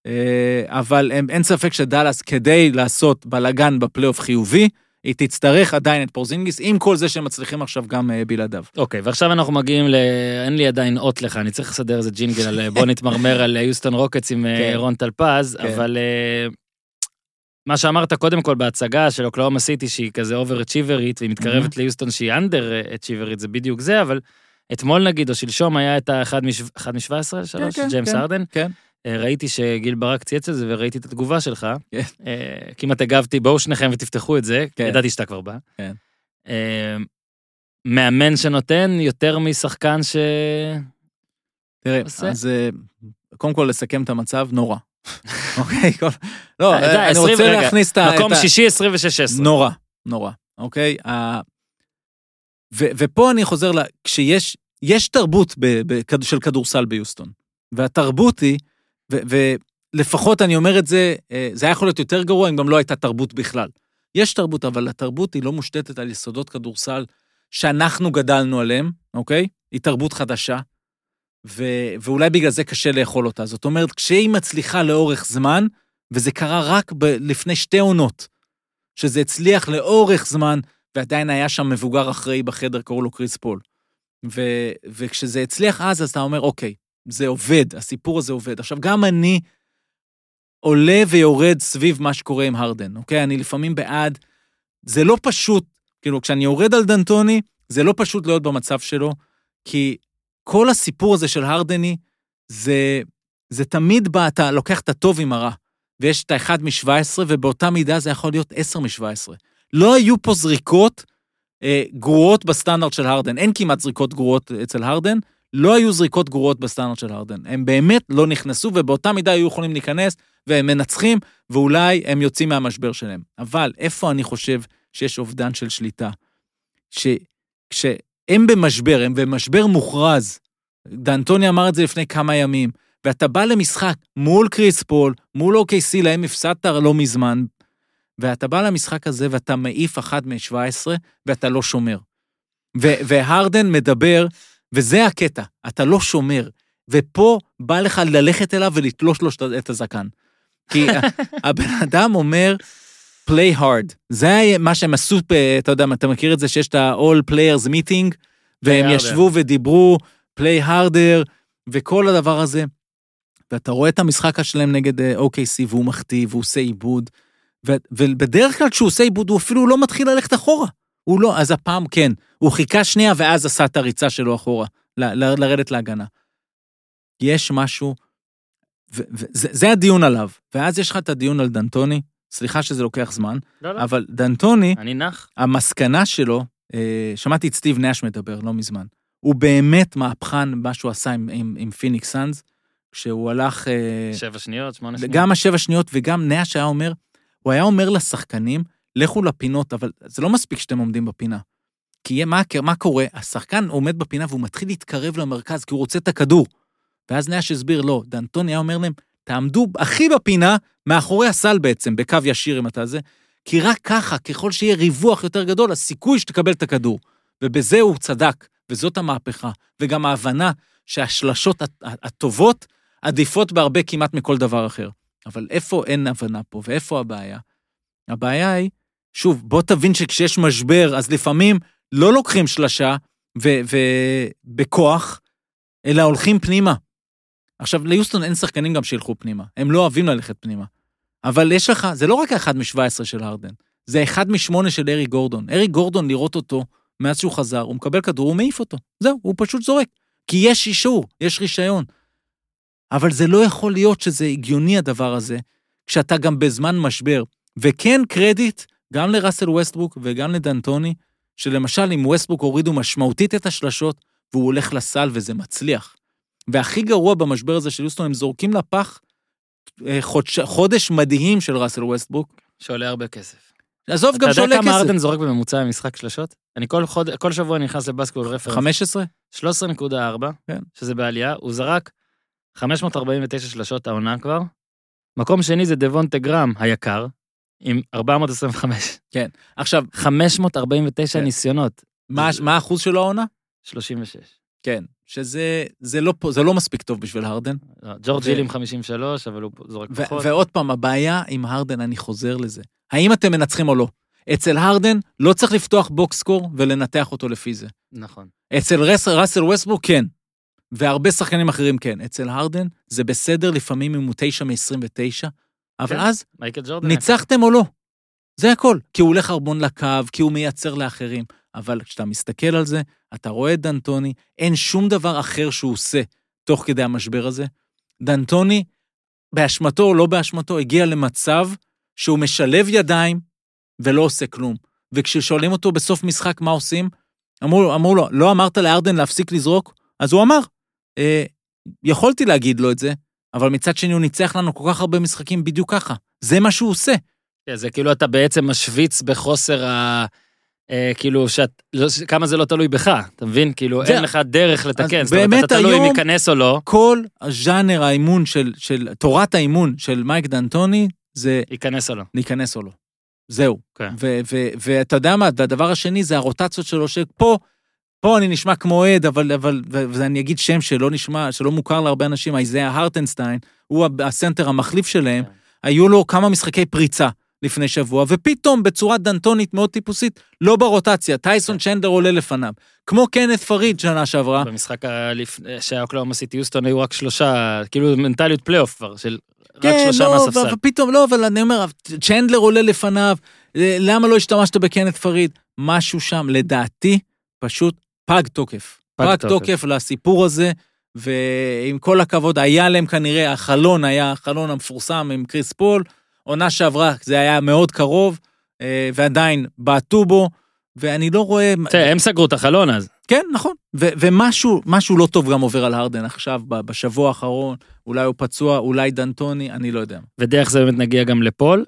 אבל אין ספק שדלס, כדי לעשות בלגן בפלייאוף חיובי, היא תצטרך עדיין את פורזינגיס, עם כל זה שהם מצליחים עכשיו גם בלעדיו. אוקיי, ועכשיו אנחנו מגיעים ל... אין לי עדיין אות לך, אני צריך לסדר איזה ג'ינגל על בוא נתמרמר על יוסטון רוקטס עם רון טלפז, אבל... מה שאמרת קודם כל בהצגה של אוקלאומה סיטי, שהיא כזה אובר-אצ'יברית, והיא מתקרבת mm-hmm. ליוסטון שהיא אנדר-אצ'יברית, זה בדיוק זה, אבל אתמול נגיד, או שלשום היה את ה-אחד מ-שבע עשרה, שלוש, כן, ג'יימס כן, ארדן. כן. ראיתי שגיל ברק צייץ את זה, וראיתי את התגובה שלך. כן. כמעט הגבתי, בואו שניכם ותפתחו את זה, כן. ידעתי שאתה כבר בא. כן. מאמן שנותן יותר משחקן ש... תראה, אז קודם כל לסכם את המצב, נורא. אוקיי, לא, אני רוצה להכניס את ה... מקום שישי, עשרים ושש עשרה. נורא, נורא, אוקיי? ופה אני חוזר ל... כשיש, יש תרבות של כדורסל ביוסטון, והתרבות היא, ולפחות אני אומר את זה, זה היה יכול להיות יותר גרוע, אם גם לא הייתה תרבות בכלל. יש תרבות, אבל התרבות היא לא מושתתת על יסודות כדורסל שאנחנו גדלנו עליהם, אוקיי? היא תרבות חדשה, ו- ואולי בגלל זה קשה לאכול אותה. זאת אומרת, כשהיא מצליחה לאורך זמן, וזה קרה רק ב- לפני שתי עונות, שזה הצליח לאורך זמן, ועדיין היה שם מבוגר אחראי בחדר, קראו לו קריס פול. ו- וכשזה הצליח אז, אז אתה אומר, אוקיי, זה עובד, הסיפור הזה עובד. עכשיו, גם אני עולה ויורד סביב מה שקורה עם הרדן, אוקיי? אני לפעמים בעד, זה לא פשוט, כאילו, כשאני יורד על דנטוני, זה לא פשוט להיות במצב שלו, כי כל הסיפור הזה של הרדני, זה, זה תמיד בא, אתה לוקח את הטוב עם הרע, ויש את האחד מ-שבע עשרה, ובאותה מידה זה יכול להיות עשר מ-שבע עשרה. לא היו פה זריקות אה, גרועות בסטנדרט של הרדן, אין כמעט זריקות גרועות אצל הרדן, לא היו זריקות גרועות בסטנדרט של הרדן, הם באמת לא נכנסו, ובאותה מידה היו יכולים להיכנס, והם מנצחים, ואולי הם יוצאים מהמשבר שלהם. אבל איפה אני חושב שיש אובדן של שליטה? שכשהם במשבר, הם במשבר מוכרז, דנטוני אמר את זה לפני כמה ימים, ואתה בא למשחק מול קריס פול, מול אוקיי סי, להם הפסדת לא מזמן, ואתה בא למשחק הזה, ואתה מעיף אחד מ-שבע עשרה, ואתה לא שומר. והרדן מדבר, וזה הקטע, אתה לא שומר, ופה בא לך ללכת אליו ולתלוש לו את הזקן. כי הבן אדם אומר, play hard. זה מה שהם עשו, אתה יודע, אתה מכיר את זה שיש את ה-all players meeting, והם ישבו ודיברו, play harder, וכל הדבר הזה, ואתה רואה את המשחק שלהם נגד או קיי סי, והוא מחטיא, והוא עושה עיבוד, ובדרך כלל כשהוא עושה עיבוד, הוא אפילו לא מתחיל ללכת אחורה. הוא לא, אז הפעם כן. הוא חיכה שנייה, ואז עשה את הריצה שלו אחורה, ל- ל- לרדת להגנה. יש משהו, וזה, זה הדיון עליו, ואז יש לך את הדיון על דנטוני, סליחה שזה לוקח זמן, לא, לא. אבל דנטוני, אני נח. המסקנה שלו, אה, שמעתי את סטיב נאש מדבר, לא מזמן, הוא באמת מהפכן, מה שהוא עשה עם, עם, עם פיניקס סאנס, כשהוא הלך... אה, שבע שניות, שמונה שניות. גם השבע שניות, וגם נאש היה אומר, הוא היה אומר לשחקנים, לכו לפינות, אבל זה לא מספיק שאתם עומדים בפינה. כי מה, מה קורה? השחקן עומד בפינה, והוא מתחיל להתקרב למרכז, כי הוא רוצה את הכדור. ואז נאש הסביר, לא, דנטוני היה אומר להם, תעמדו הכי בפינה, מאחורי הסל בעצם, בקו ישיר אם אתה זה, כי רק ככה, ככל שיהיה ריווח יותר גדול, הסיכוי שתקבל את הכדור. ובזה הוא צדק, וזאת המהפכה. וגם ההבנה שהשלשות הטובות עדיפות בהרבה כמעט מכל דבר אחר. אבל איפה אין הבנה פה, ואיפה הבעיה? הבעיה היא, שוב, בוא תבין שכשיש משבר, אז לפעמים לא לוקחים שלשה ובכוח, אלא הולכים פנימה. עכשיו, ליוסטון אין שחקנים גם שילכו פנימה. הם לא אוהבים ללכת פנימה. אבל יש לך, זה לא רק אחד מ-שבע עשרה של הרדן, זה אחד משמונה של ארי גורדון. ארי גורדון, לראות אותו, מאז שהוא חזר, הוא מקבל כדור, הוא מעיף אותו. זהו, הוא פשוט זורק. כי יש אישור, יש רישיון. אבל זה לא יכול להיות שזה הגיוני הדבר הזה, כשאתה גם בזמן משבר. וכן קרדיט, גם לראסל ווסטברוק וגם לדנטוני, שלמשל אם ווסטברוק הורידו משמעותית את השלשות, והוא הולך לסל וזה מצליח. והכי גרוע במשבר הזה של יוסטון, הם זורקים לפח חודש, חודש מדהים של ראסל ווסטברוק. שעולה הרבה כסף. עזוב גם שעולה כסף. אתה יודע כמה הרדן זורק בממוצע במשחק שלשות? אני כל, חוד... כל שבוע נכנס לבסקול רפרנס. חמש עשרה? שלוש עשרה נקודה ארבע, כן. שזה בעלייה. הוא זרק חמש מאות ארבעים ותשע שלשות העונה כבר. מקום שני זה דבונטה גרם היקר, עם ארבע מאות עשרים וחמש. כן. עכשיו, חמש מאות ארבעים ותשע כן. ניסיונות. מה, מה האחוז שלו העונה? שלושים ושש. כן. שזה זה לא, זה לא מספיק טוב בשביל הרדן. ג'ורג' היל עם חמישים ושלוש, אבל הוא זורק ו- פחות. ועוד פעם, הבעיה עם הרדן, אני חוזר לזה. האם אתם מנצחים או לא? אצל הרדן לא צריך לפתוח בוקסקור ולנתח אותו לפי זה. נכון. אצל רס, ראסל ווסטברוק כן. והרבה שחקנים אחרים כן. אצל הרדן זה בסדר לפעמים אם הוא תשע מ-עשרים ותשע, אבל כן. אז ג'ורדן ניצחתם או לא. זה הכל. כי הוא הולך הרבון לקו, כי הוא מייצר לאחרים. אבל כשאתה מסתכל על זה, אתה רואה את דנטוני, אין שום דבר אחר שהוא עושה תוך כדי המשבר הזה. דנטוני, באשמתו או לא באשמתו, הגיע למצב שהוא משלב ידיים ולא עושה כלום. וכששואלים אותו בסוף משחק מה עושים, אמרו, אמרו לו, לא אמרת לארדן להפסיק לזרוק? אז הוא אמר, אה, יכולתי להגיד לו את זה, אבל מצד שני הוא ניצח לנו כל כך הרבה משחקים בדיוק ככה. זה מה שהוא עושה. זה כאילו אתה בעצם משוויץ בחוסר ה... כאילו, שאת, כמה זה לא תלוי בך, אתה מבין? כאילו, אין לך דרך לתקן, זאת אומרת, אתה תלוי אם ייכנס או לא. כל הז'אנר האימון של, של, תורת האימון של מייק דנטוני, זה... ייכנס או לא. להיכנס או לא. זהו. ואתה יודע מה, והדבר השני זה הרוטציות שלו, שפה, פה אני נשמע כמו עד, אבל, אבל, ואני אגיד שם שלא נשמע, שלא מוכר להרבה אנשים, איזיה הרטנסטיין, הוא הסנטר המחליף שלהם, היו לו כמה משחקי פריצה לפני שבוע, ופתאום בצורה דנטונית מאוד טיפוסית, לא ברוטציה, טייסון צ'נדלר עולה לפניו, כמו קנת פריד שנה שעברה. במשחק שהיה אוקלהומה סיטי יוסטון היו רק שלושה, כאילו מנטליות פלייאוף כבר, של רק שלושה מהספסל. ופתאום לא, אבל אני אומר, צ'נדלר עולה לפניו, למה לא השתמשת בקנת פריד? משהו שם, לדעתי, פשוט פג תוקף. פג תוקף לסיפור הזה, ועם כל הכבוד, היה להם כנראה, החלון היה החלון המפורסם עם קריס פול, עונה שעברה, זה היה מאוד קרוב, ועדיין בעטו בו, ואני לא רואה... תראה, הם סגרו את החלון אז. כן, נכון. ומשהו, משהו לא טוב גם עובר על הרדן עכשיו, בשבוע האחרון, אולי הוא פצוע, אולי דנטוני, אני לא יודע. ודרך זה באמת נגיע גם לפול,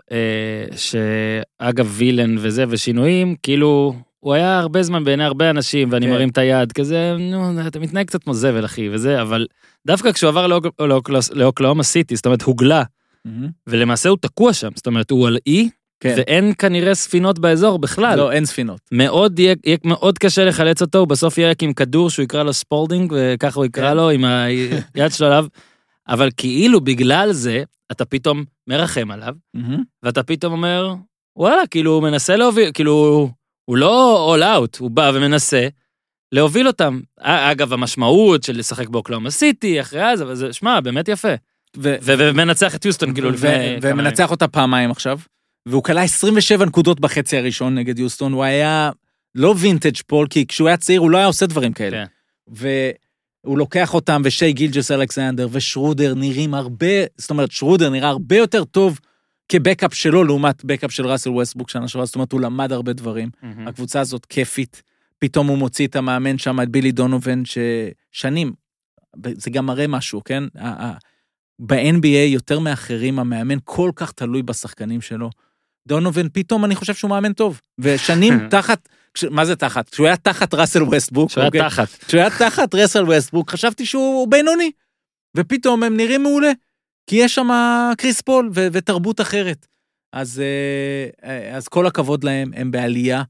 שאגב וילן וזה ושינויים, כאילו... הוא היה הרבה זמן בעיני הרבה אנשים, ואני מרים את היד, כזה, נו, אתה מתנהג קצת כמו זבל, אחי, וזה, אבל דווקא כשהוא עבר לאוקלהומה סיטי, זאת אומרת, הוגלה, ולמעשה הוא תקוע שם, זאת אומרת, הוא על אי, ואין כנראה ספינות באזור בכלל. לא, אין ספינות. מאוד, יהיה מאוד קשה לחלץ אותו, הוא בסוף יהיה עם כדור, שהוא יקרא לו ספולדינג, וככה הוא יקרא לו עם היד שלו עליו, אבל כאילו בגלל זה, אתה פתאום מרחם עליו, ואתה פתאום אומר, וואלה, כאילו, הוא מנסה להוביל, כאילו, הוא לא all out, הוא בא ומנסה להוביל אותם. אגב, המשמעות של לשחק באוקלהומה סיטי, אחרי אז, אבל זה, שמה, באמת יפה. ומנצח את יוסטון, כאילו, לפני... ומנצח אותה פעמיים עכשיו, והוא קלה עשרים ושבע נקודות בחצי הראשון נגד יוסטון, הוא היה לא וינטג' פול, כי כשהוא היה צעיר, הוא לא היה עושה דברים כאלה. והוא לוקח אותם, ושי גילג'ס אלכסנדר, ושרודר נראים הרבה, זאת אומרת, שרודר נראה הרבה יותר טוב, כבקאפ שלו, לעומת בקאפ של ראסל ווסטברוק שנה שעברה, זאת אומרת, הוא למד הרבה דברים. Mm-hmm. הקבוצה הזאת כיפית, פתאום הוא מוציא את המאמן שם, את בילי דונובן, ששנים, זה גם מראה משהו, כן? ב-אן בי איי יותר מאחרים, המאמן כל כך תלוי בשחקנים שלו. דונובן, פתאום אני חושב שהוא מאמן טוב, ושנים תחת, מה זה תחת? כשהוא היה תחת ראסל ווסטברוק, כשהוא היה תחת. כשהוא היה תחת ראסל ווסטברוק, חשבתי שהוא בינוני, ופתאום הם נראים מעולה. כי יש שם קריס פול ו- ותרבות אחרת. אז, אז כל הכבוד להם, הם בעלייה,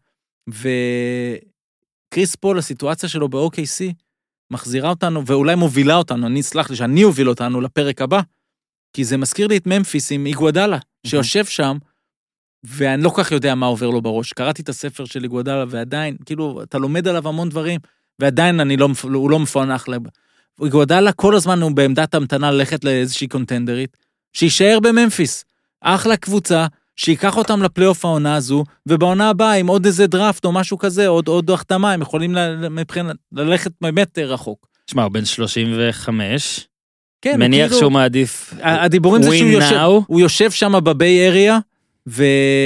וקריס פול, הסיטואציה שלו ב-או קיי סי, מחזירה אותנו, ואולי מובילה אותנו, אני אסלח לי שאני אוביל אותנו לפרק הבא, כי זה מזכיר לי את ממפיס עם איגוודלה, שיושב שם, ואני לא כך יודע מה עובר לו בראש. קראתי את הספר של איגוודלה, ועדיין, כאילו, אתה לומד עליו המון דברים, ועדיין אני לא, הוא לא מפוענח לב. איגוודלה כל הזמן הוא בעמדת המתנה ללכת לאיזושהי קונטנדרית, שישאר בממפיס. אחלה קבוצה, שיקח אותם לפלייאוף העונה הזו, ובעונה הבאה עם עוד איזה דראפט או משהו כזה, עוד, עוד החתמה, הם יכולים מבחינת, ללכת באמת רחוק. תשמע, הוא בן שלושים וחמש, כן, מניח כאילו, שהוא מעדיף הדיבורים זה שהוא יושב, הוא יושב שם בביי אריה, ו...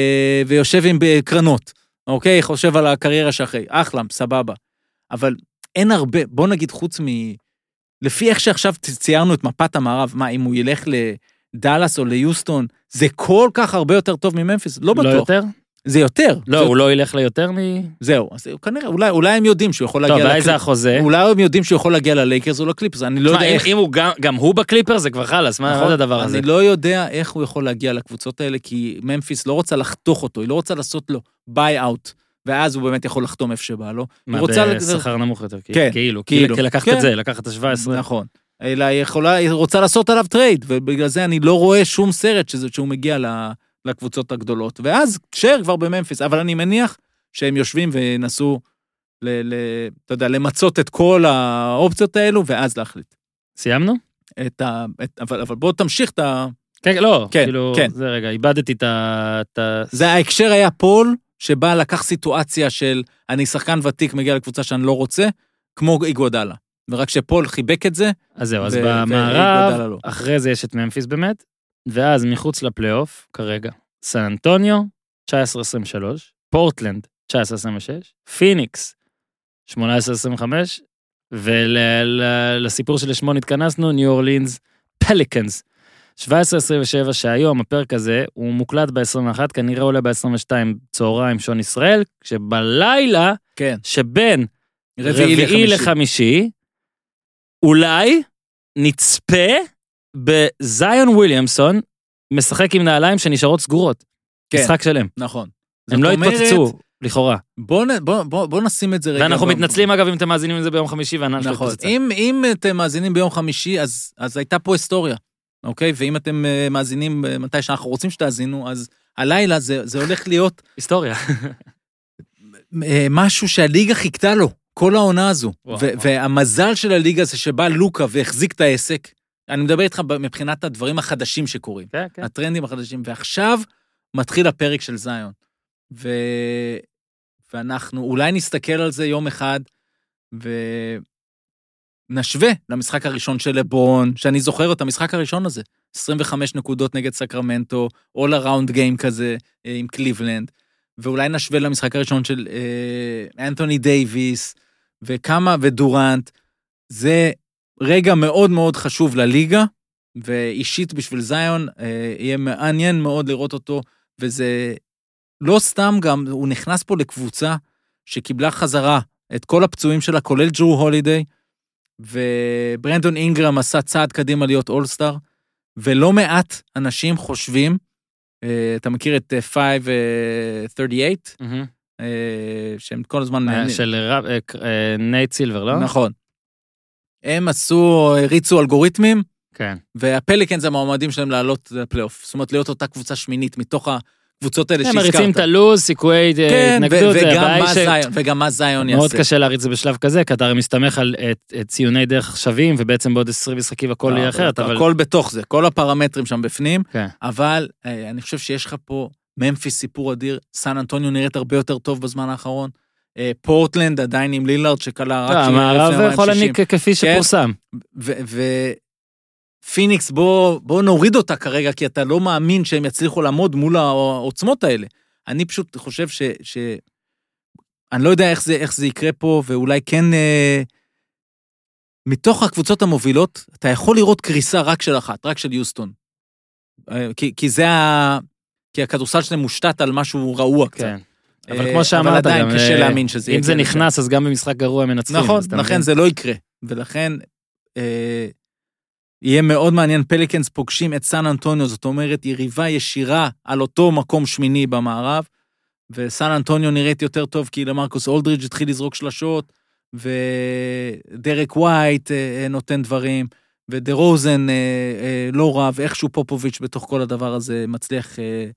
ויושב עם קרנות, אוקיי? חושב על הקריירה שאחרי, אחלה, סבבה. אבל אין הרבה, בוא נגיד חוץ מ... לפי איך שעכשיו ציירנו את מפת המערב, מה, אם הוא ילך לדלס או ליוסטון, זה כל כך הרבה יותר טוב מממפיס, לא בטוח. לא יותר? זה יותר. לא, זה... הוא לא ילך ליותר מ... זהו, אז כנראה, אולי, אולי הם יודעים שהוא יכול להגיע... טוב, אולי זה החוזה. אולי הם יודעים שהוא יכול להגיע ללייקרס או לקליפרס, אני לא יודע איך... אם הוא גם, גם הוא בקליפר, זה כבר חלס, מה עוד הדבר הזה? אני לא יודע איך הוא יכול להגיע לקבוצות האלה, כי ממפיס לא רוצה לחתוך אותו, היא לא רוצה לעשות לו ביי אאוט, ואז הוא באמת יכול לחתום איפה שבא לו. מה, בשכר נמוך יותר? כן, כאילו, כאילו. כי לקחת את זה, לקחת את ה-שבע עשרה. נכון. אלא היא יכולה, היא רוצה לעשות עליו טרייד, ובגלל זה אני לא רואה שום סרט שזה, שהוא מגיע לקבוצות הגדולות. ואז קשר כבר בממפיס, אבל אני מניח שהם יושבים ונסו, ל, ל, אתה יודע, למצות את כל האופציות האלו, ואז להחליט. סיימנו? את ה, את, אבל, אבל בוא תמשיך את ה... כן, לא, כן, כאילו, כן. זה רגע, איבדתי את ה... את ה... זה ההקשר היה פול, שבא לקח סיטואציה של, אני שחקן ותיק מגיע לקבוצה שאני לא רוצה, כמו איגוודלה. ורק שפול חיבק את זה. אז זהו, אז במערב, אחרי זה יש את ממפיס באמת, ואז מחוץ לפלייאוף, כרגע, סן אנטוניו, תשע עשרה עשרים ושלוש, פורטלנד, תשע עשרה עשרים ושש, פיניקס, שמונה עשרה עשרים וחמש, ולסיפור שלשמו נתכנסנו, ניו אורלינס, פליקנס, שבע עשרה עשרים ושבע, שהיום הפרק הזה, הוא מוקלט ב-עשרים ואחת, כנראה עולה ב-עשרים ושתיים צהריים שעון ישראל, כשבלילה, כן. שבין רביעי לחמישי, אולי נצפה בזיון וויליאמסון, משחק עם נעליים שנשארות סגורות. כן. משחק שלם. נכון. הם לא אומרת... התפוצצו, לכאורה. בוא, בוא, בוא, בוא נשים את זה רגע. ואנחנו מתנצלים אגב אם אתם מאזינים את זה ביום חמישי, נכון. אם, אם אתם מאזינים ביום חמישי, אז, אז הייתה פה היסטוריה. אוקיי? ואם אתם uh, מאזינים uh, מתי שאנחנו רוצים שתאזינו, אז הלילה זה, זה הולך להיות... היסטוריה. משהו שהליגה חיכתה לו, כל העונה הזו. וואו, ו- וואו. והמזל של הליגה זה שבא לוקה והחזיק את העסק. אני מדבר איתך מבחינת הדברים החדשים שקורים. כן, כן. הטרנדים החדשים. ועכשיו מתחיל הפרק של זיון. ו... ואנחנו אולי נסתכל על זה יום אחד, ונשווה למשחק הראשון של לברון, שאני זוכר את המשחק הראשון הזה, עשרים וחמש נקודות נגד סקרמנטו, all around game כזה עם קליבלנד, ואולי נשווה למשחק הראשון של אה, אנתוני דייביס, וכמה, ודורנט, זה רגע מאוד מאוד חשוב לליגה, ואישית בשביל זיון, אה, יהיה מעניין מאוד לראות אותו, וזה לא סתם גם, הוא נכנס פה לקבוצה, שקיבלה חזרה את כל הפצועים שלה, כולל ג'רו הולידיי, וברנדון אינגרם עשה צעד קדימה להיות אולסטאר, ולא מעט אנשים חושבים, אתה מכיר את חמש שלושים ושמונה, שהם כל הזמן... של נייט סילבר, לא? נכון. הם עשו, הריצו אלגוריתמים, כן. והפליקנס המועמדים שלהם לעלות לפלייאוף, זאת אומרת להיות אותה קבוצה שמינית מתוך הקבוצות האלה הם שהזכרת. מריצים את הלוז, סיכויי התנגדות, וגם מה זיון יעשה. מאוד קשה להריץ זה בשלב כזה, כי אתה הרי מסתמך על ציוני דרך שווים, ובעצם בעוד עשרים משחקים הכל יהיה אחרת. הכל בתוך זה, כל הפרמטרים שם בפנים, אבל אני חושב שיש לך פה ממפיס סיפור אדיר, סן אנטוניו נראית הרבה יותר טוב בזמן האחרון, פורטלנד עדיין עם לילארד שקלה רק... המערב יכול להניק כפי שפורסם. ופיניקס בוא נוריד אותה כרגע, כי אתה לא מאמין שהם יצליחו לעמוד מול העוצמות האלה. אני פשוט חושב ש... ש... אני לא יודע איך זה, איך זה יקרה פה, ואולי כן... אה, מתוך הקבוצות המובילות, אתה יכול לראות קריסה רק של אחת, רק של יוסטון. אה, כי, כי זה ה... כי הכדורסל שלהם מושתת על משהו רעוע קצת. כן. אבל כמו שאמרת, אבל עדיין קשה להאמין שזה... אם זה נכנס, אז גם במשחק גרוע מנצחים. נכון, לכן זה לא יקרה. ולכן... אה, יהיה מאוד מעניין, פליקנס פוגשים את סן אנטוניו, זאת אומרת, יריבה ישירה על אותו מקום שמיני במערב, וסן אנטוניו נראית יותר טוב, כי למרקוס אולדרידג' התחיל לזרוק שלשות, ודרק ווייט נותן דברים, ודה רוזן לא רע, ואיכשהו פופוביץ' בתוך כל הדבר הזה מצליח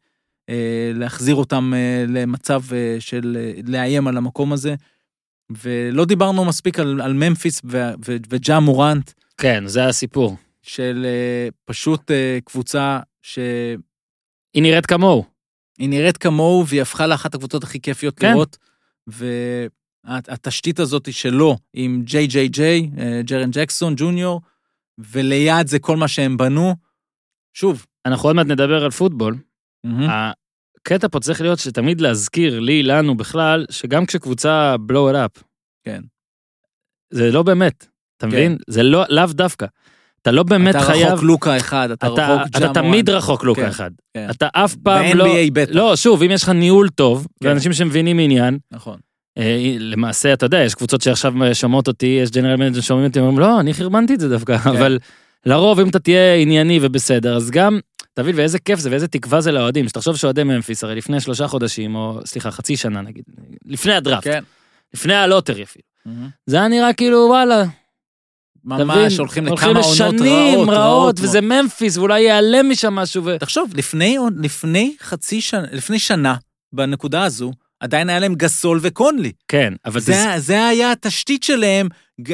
להחזיר אותם למצב של לאיים על המקום הזה, ולא דיברנו מספיק על, על ממפיס וג'ה מורנט. כן, זה הסיפור. של פשוט קבוצה ש... היא נראית כמוהו. היא נראית כמוהו, והיא הפכה לאחת הקבוצות הכי כיפיות כן. לראות, והתשתית הזאת שלו, עם ג'יי ג'יי ג'יי, ג'רן ג'קסון, ג'וניור, וליד זה כל מה שהם בנו, שוב. אנחנו עוד מעט נדבר על פוטבול. Mm-hmm. הקטע פה צריך להיות שתמיד להזכיר לי, לנו בכלל, שגם כשקבוצה blow it up, כן. זה לא באמת, אתה מבין? זה לא, לאו דווקא. אתה לא באמת חייב... אתה רחוק לוקה אחד, אתה רחוק ג'ה אתה תמיד רחוק לוקה אחד. אתה אף פעם לא... ב-אן בי איי בטח. לא, שוב, אם יש לך ניהול טוב, ואנשים שמבינים עניין, נכון. למעשה, אתה יודע, יש קבוצות שעכשיו שומעות אותי, יש ג'נרל מנג'ר שומעים אותי, אומרים, לא, אני חרבנתי את זה דווקא, אבל לרוב, אם אתה תהיה ענייני ובסדר, אז גם, תבין, ואיזה כיף זה, ואיזה תקווה זה לאוהדים, שתחשוב שאוהדי ממפיס, הרי לפני שלושה חודשים, או סליחה, חצי שנה נגיד, לפני הדראפט, לפני הלוטרי אפילו. זה היה נראה כאילו, וואלה, ממש, הולכים לכמה עונות רעות, רעות, רעות, וזה ממפיס, ואולי ייעלם משם משהו. ו... תחשוב, לפני, לפני חצי שנה, לפני שנה, בנקודה הזו, עדיין היה להם גסול וקונלי. כן, אבל זה, זה... זה היה התשתית שלהם,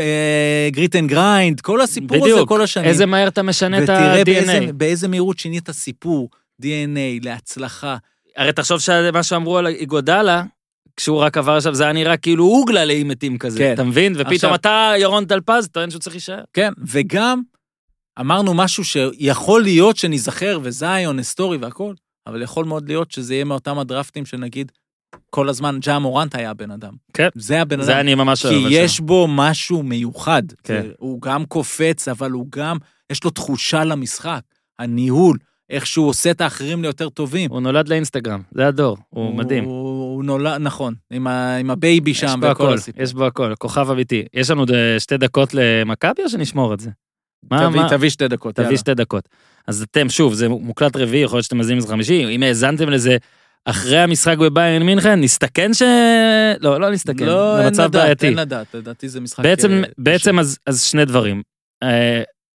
גריט אנד גריינד, כל הסיפור בדיוק, הזה כל השנים. איזה מהר אתה משנה את ה-די אן איי. ותראה באיזה, באיזה מהירות שינית הסיפור, די אן איי, להצלחה. הרי תחשוב שמה שאמרו על איגודלה, כשהוא רק עבר עכשיו, זה היה נראה כאילו אוגלה לאימתים כזה, כן. אתה מבין? ופתאום עכשיו... אתה, ירון טלפז, טוען שהוא צריך להישאר. כן, וגם אמרנו משהו שיכול להיות שנזכר, וזיון, היסטורי והכל, אבל יכול מאוד להיות שזה יהיה מאותם הדרפטים שנגיד, כל הזמן ג'ה מורנט היה הבן אדם. כן. זה הבן זה אדם. אני ממש כי יש שם. בו משהו מיוחד. כן. הוא גם קופץ, אבל הוא גם, יש לו תחושה למשחק, הניהול, איך שהוא עושה את האחרים ליותר טובים. הוא נולד לאינסטגרם, זה הדור, הוא, הוא מדהים. הוא, הוא נולד, נכון, עם, ה, עם הבייבי שם וכל הסיפור. יש בו הכל, כוכב אמיתי. יש לנו שתי דקות למכבי או שנשמור את זה? תביא, מה? תביא שתי דקות. תביא יאללה. שתי דקות. אז אתם, שוב, זה מוקלט רביעי, יכול להיות שאתם מזינים את זה חמישי, אם האזנתם לזה אחרי המשחק בביירן מינכן, נסתכן ש... לא, לא נסתכן, לא, זה מצב בעייתי. אין לדעת, לדעתי זה משחק... בעצם, בעצם אז, אז שני דברים.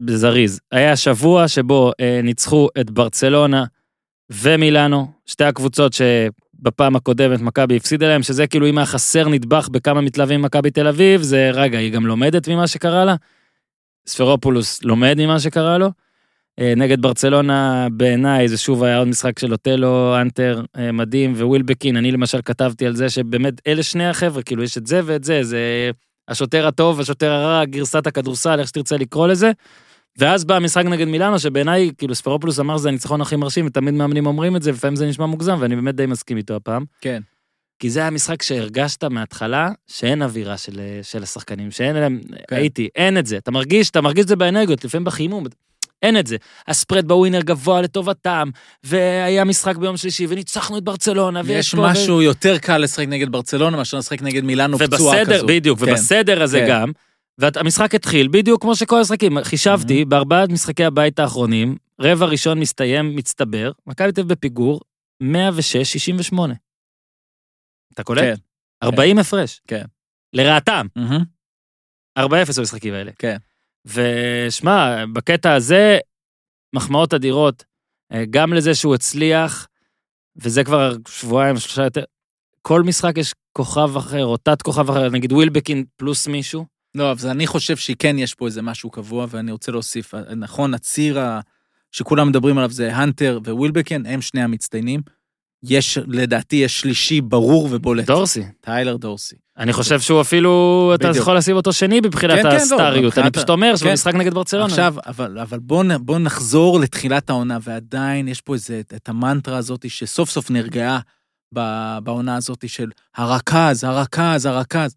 בזריז. היה שבוע שבו אה, ניצחו את ברצלונה ומילאנו, שתי הקבוצות שבפעם הקודמת מכבי הפסידה להם, שזה כאילו אם היה חסר נדבך בכמה מתלווים מכבי תל אביב, זה רגע, היא גם לומדת ממה שקרה לה, ספרופולוס לומד ממה שקרה לו, אה, נגד ברצלונה בעיניי, זה שוב היה עוד משחק של אוטלו, אנטר, אה, מדהים, ווילבקין, אני למשל כתבתי על זה שבאמת אלה שני החבר'ה, כאילו יש את זה ואת זה, זה השוטר הטוב, השוטר הרע, גרסת הכדורסל, איך שתרצה לקרוא לזה, ואז בא המשחק נגד מילאנו, שבעיניי, כאילו ספרופולוס אמר, זה הניצחון הכי מרשים, ותמיד מאמנים אומרים את זה, ולפעמים זה נשמע מוגזם, ואני באמת די מסכים איתו הפעם. כן. כי זה המשחק שהרגשת מההתחלה, שאין אווירה של, של השחקנים, שאין להם, כן. הייתי, אין את זה. אתה מרגיש, אתה מרגיש את זה באנרגיות, לפעמים בחימום, אין את זה. הספרד בווינר גבוה לטובתם, והיה משחק ביום שלישי, וניצחנו את ברצלונה, יש משהו ו... יותר קל לשחק נגד ברצלונה, מאשר לשחק נגד מילאנו פצועה כזו. בדיוק, כן. ובסדר הזה כן. גם, והמשחק התחיל, בדיוק כמו שכל השחקים, חישבתי, mm-hmm. בארבעת משחקי הבית האחרונים, רבע ראשון מסתיים, מצטבר, מכבי תל אביב בפיגור, מאה ושש שישים ושמונה. אתה קולט? כן. ארבעים הפרש. כן. לרעתם. Mm-hmm. ארבע אפס במשחקים האלה. כן. ושמע, בקטע הזה, מחמאות אדירות, גם לזה שהוא הצליח, וזה כבר שבועיים, שלושה יותר, כל משחק יש כוכב אחר, או תת כוכב אחר, נגיד ווילבקין פלוס מישהו. לא, אבל אני חושב שכן יש פה איזה משהו קבוע, ואני רוצה להוסיף, נכון, הציר שכולם מדברים עליו זה הנטר ווילבקין, הם שני המצטיינים, יש, לדעתי, יש שלישי ברור ובולט. דורסי. טיילר דורסי. אני חושב שהוא אפילו, אתה יכול לשים אותו שני בבחינת הסטריות, אני פשוט אומר שבמשחק נגד ברצלונה. עכשיו, אבל בוא נחזור לתחילת העונה, ועדיין יש פה איזה, את המנטרה הזאת, שסוף סוף נרגעה בעונה הזאת של הרכז, הרכז, הרכז.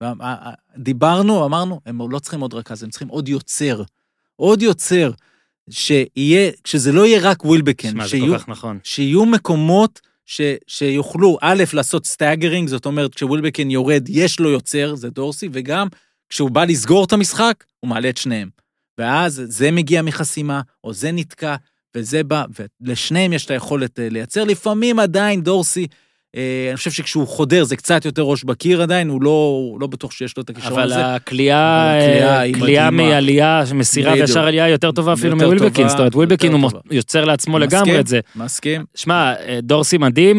דיברנו, אמרנו, הם לא צריכים עוד רכז, הם צריכים עוד יוצר. עוד יוצר, שיהיה, שזה לא יהיה רק ווילבקין. שמה, זה כל כך נכון. שיהיו מקומות ש, שיוכלו, א', לעשות סטאגרינג, זאת אומרת, כשווילבקין יורד, יש לו יוצר, זה דורסי, וגם כשהוא בא לסגור את המשחק, הוא מעלה את שניהם. ואז זה מגיע מחסימה, או זה נתקע, וזה בא, ולשניהם יש את היכולת לייצר. לפעמים עדיין דורסי, אני חושב שכשהוא חודר, זה קצת יותר ראש בקיר עדיין, הוא לא, לא בטוח שיש לו את הכישרון הזה. אבל הקליעה, קליעה מעלייה, מסירה וישר עלייה יותר טובה אפילו מווילבקין, זאת אומרת, ווילבקין הוא יוצר לעצמו לגמרי את זה. מסכים. שמע, דורסי מדהים,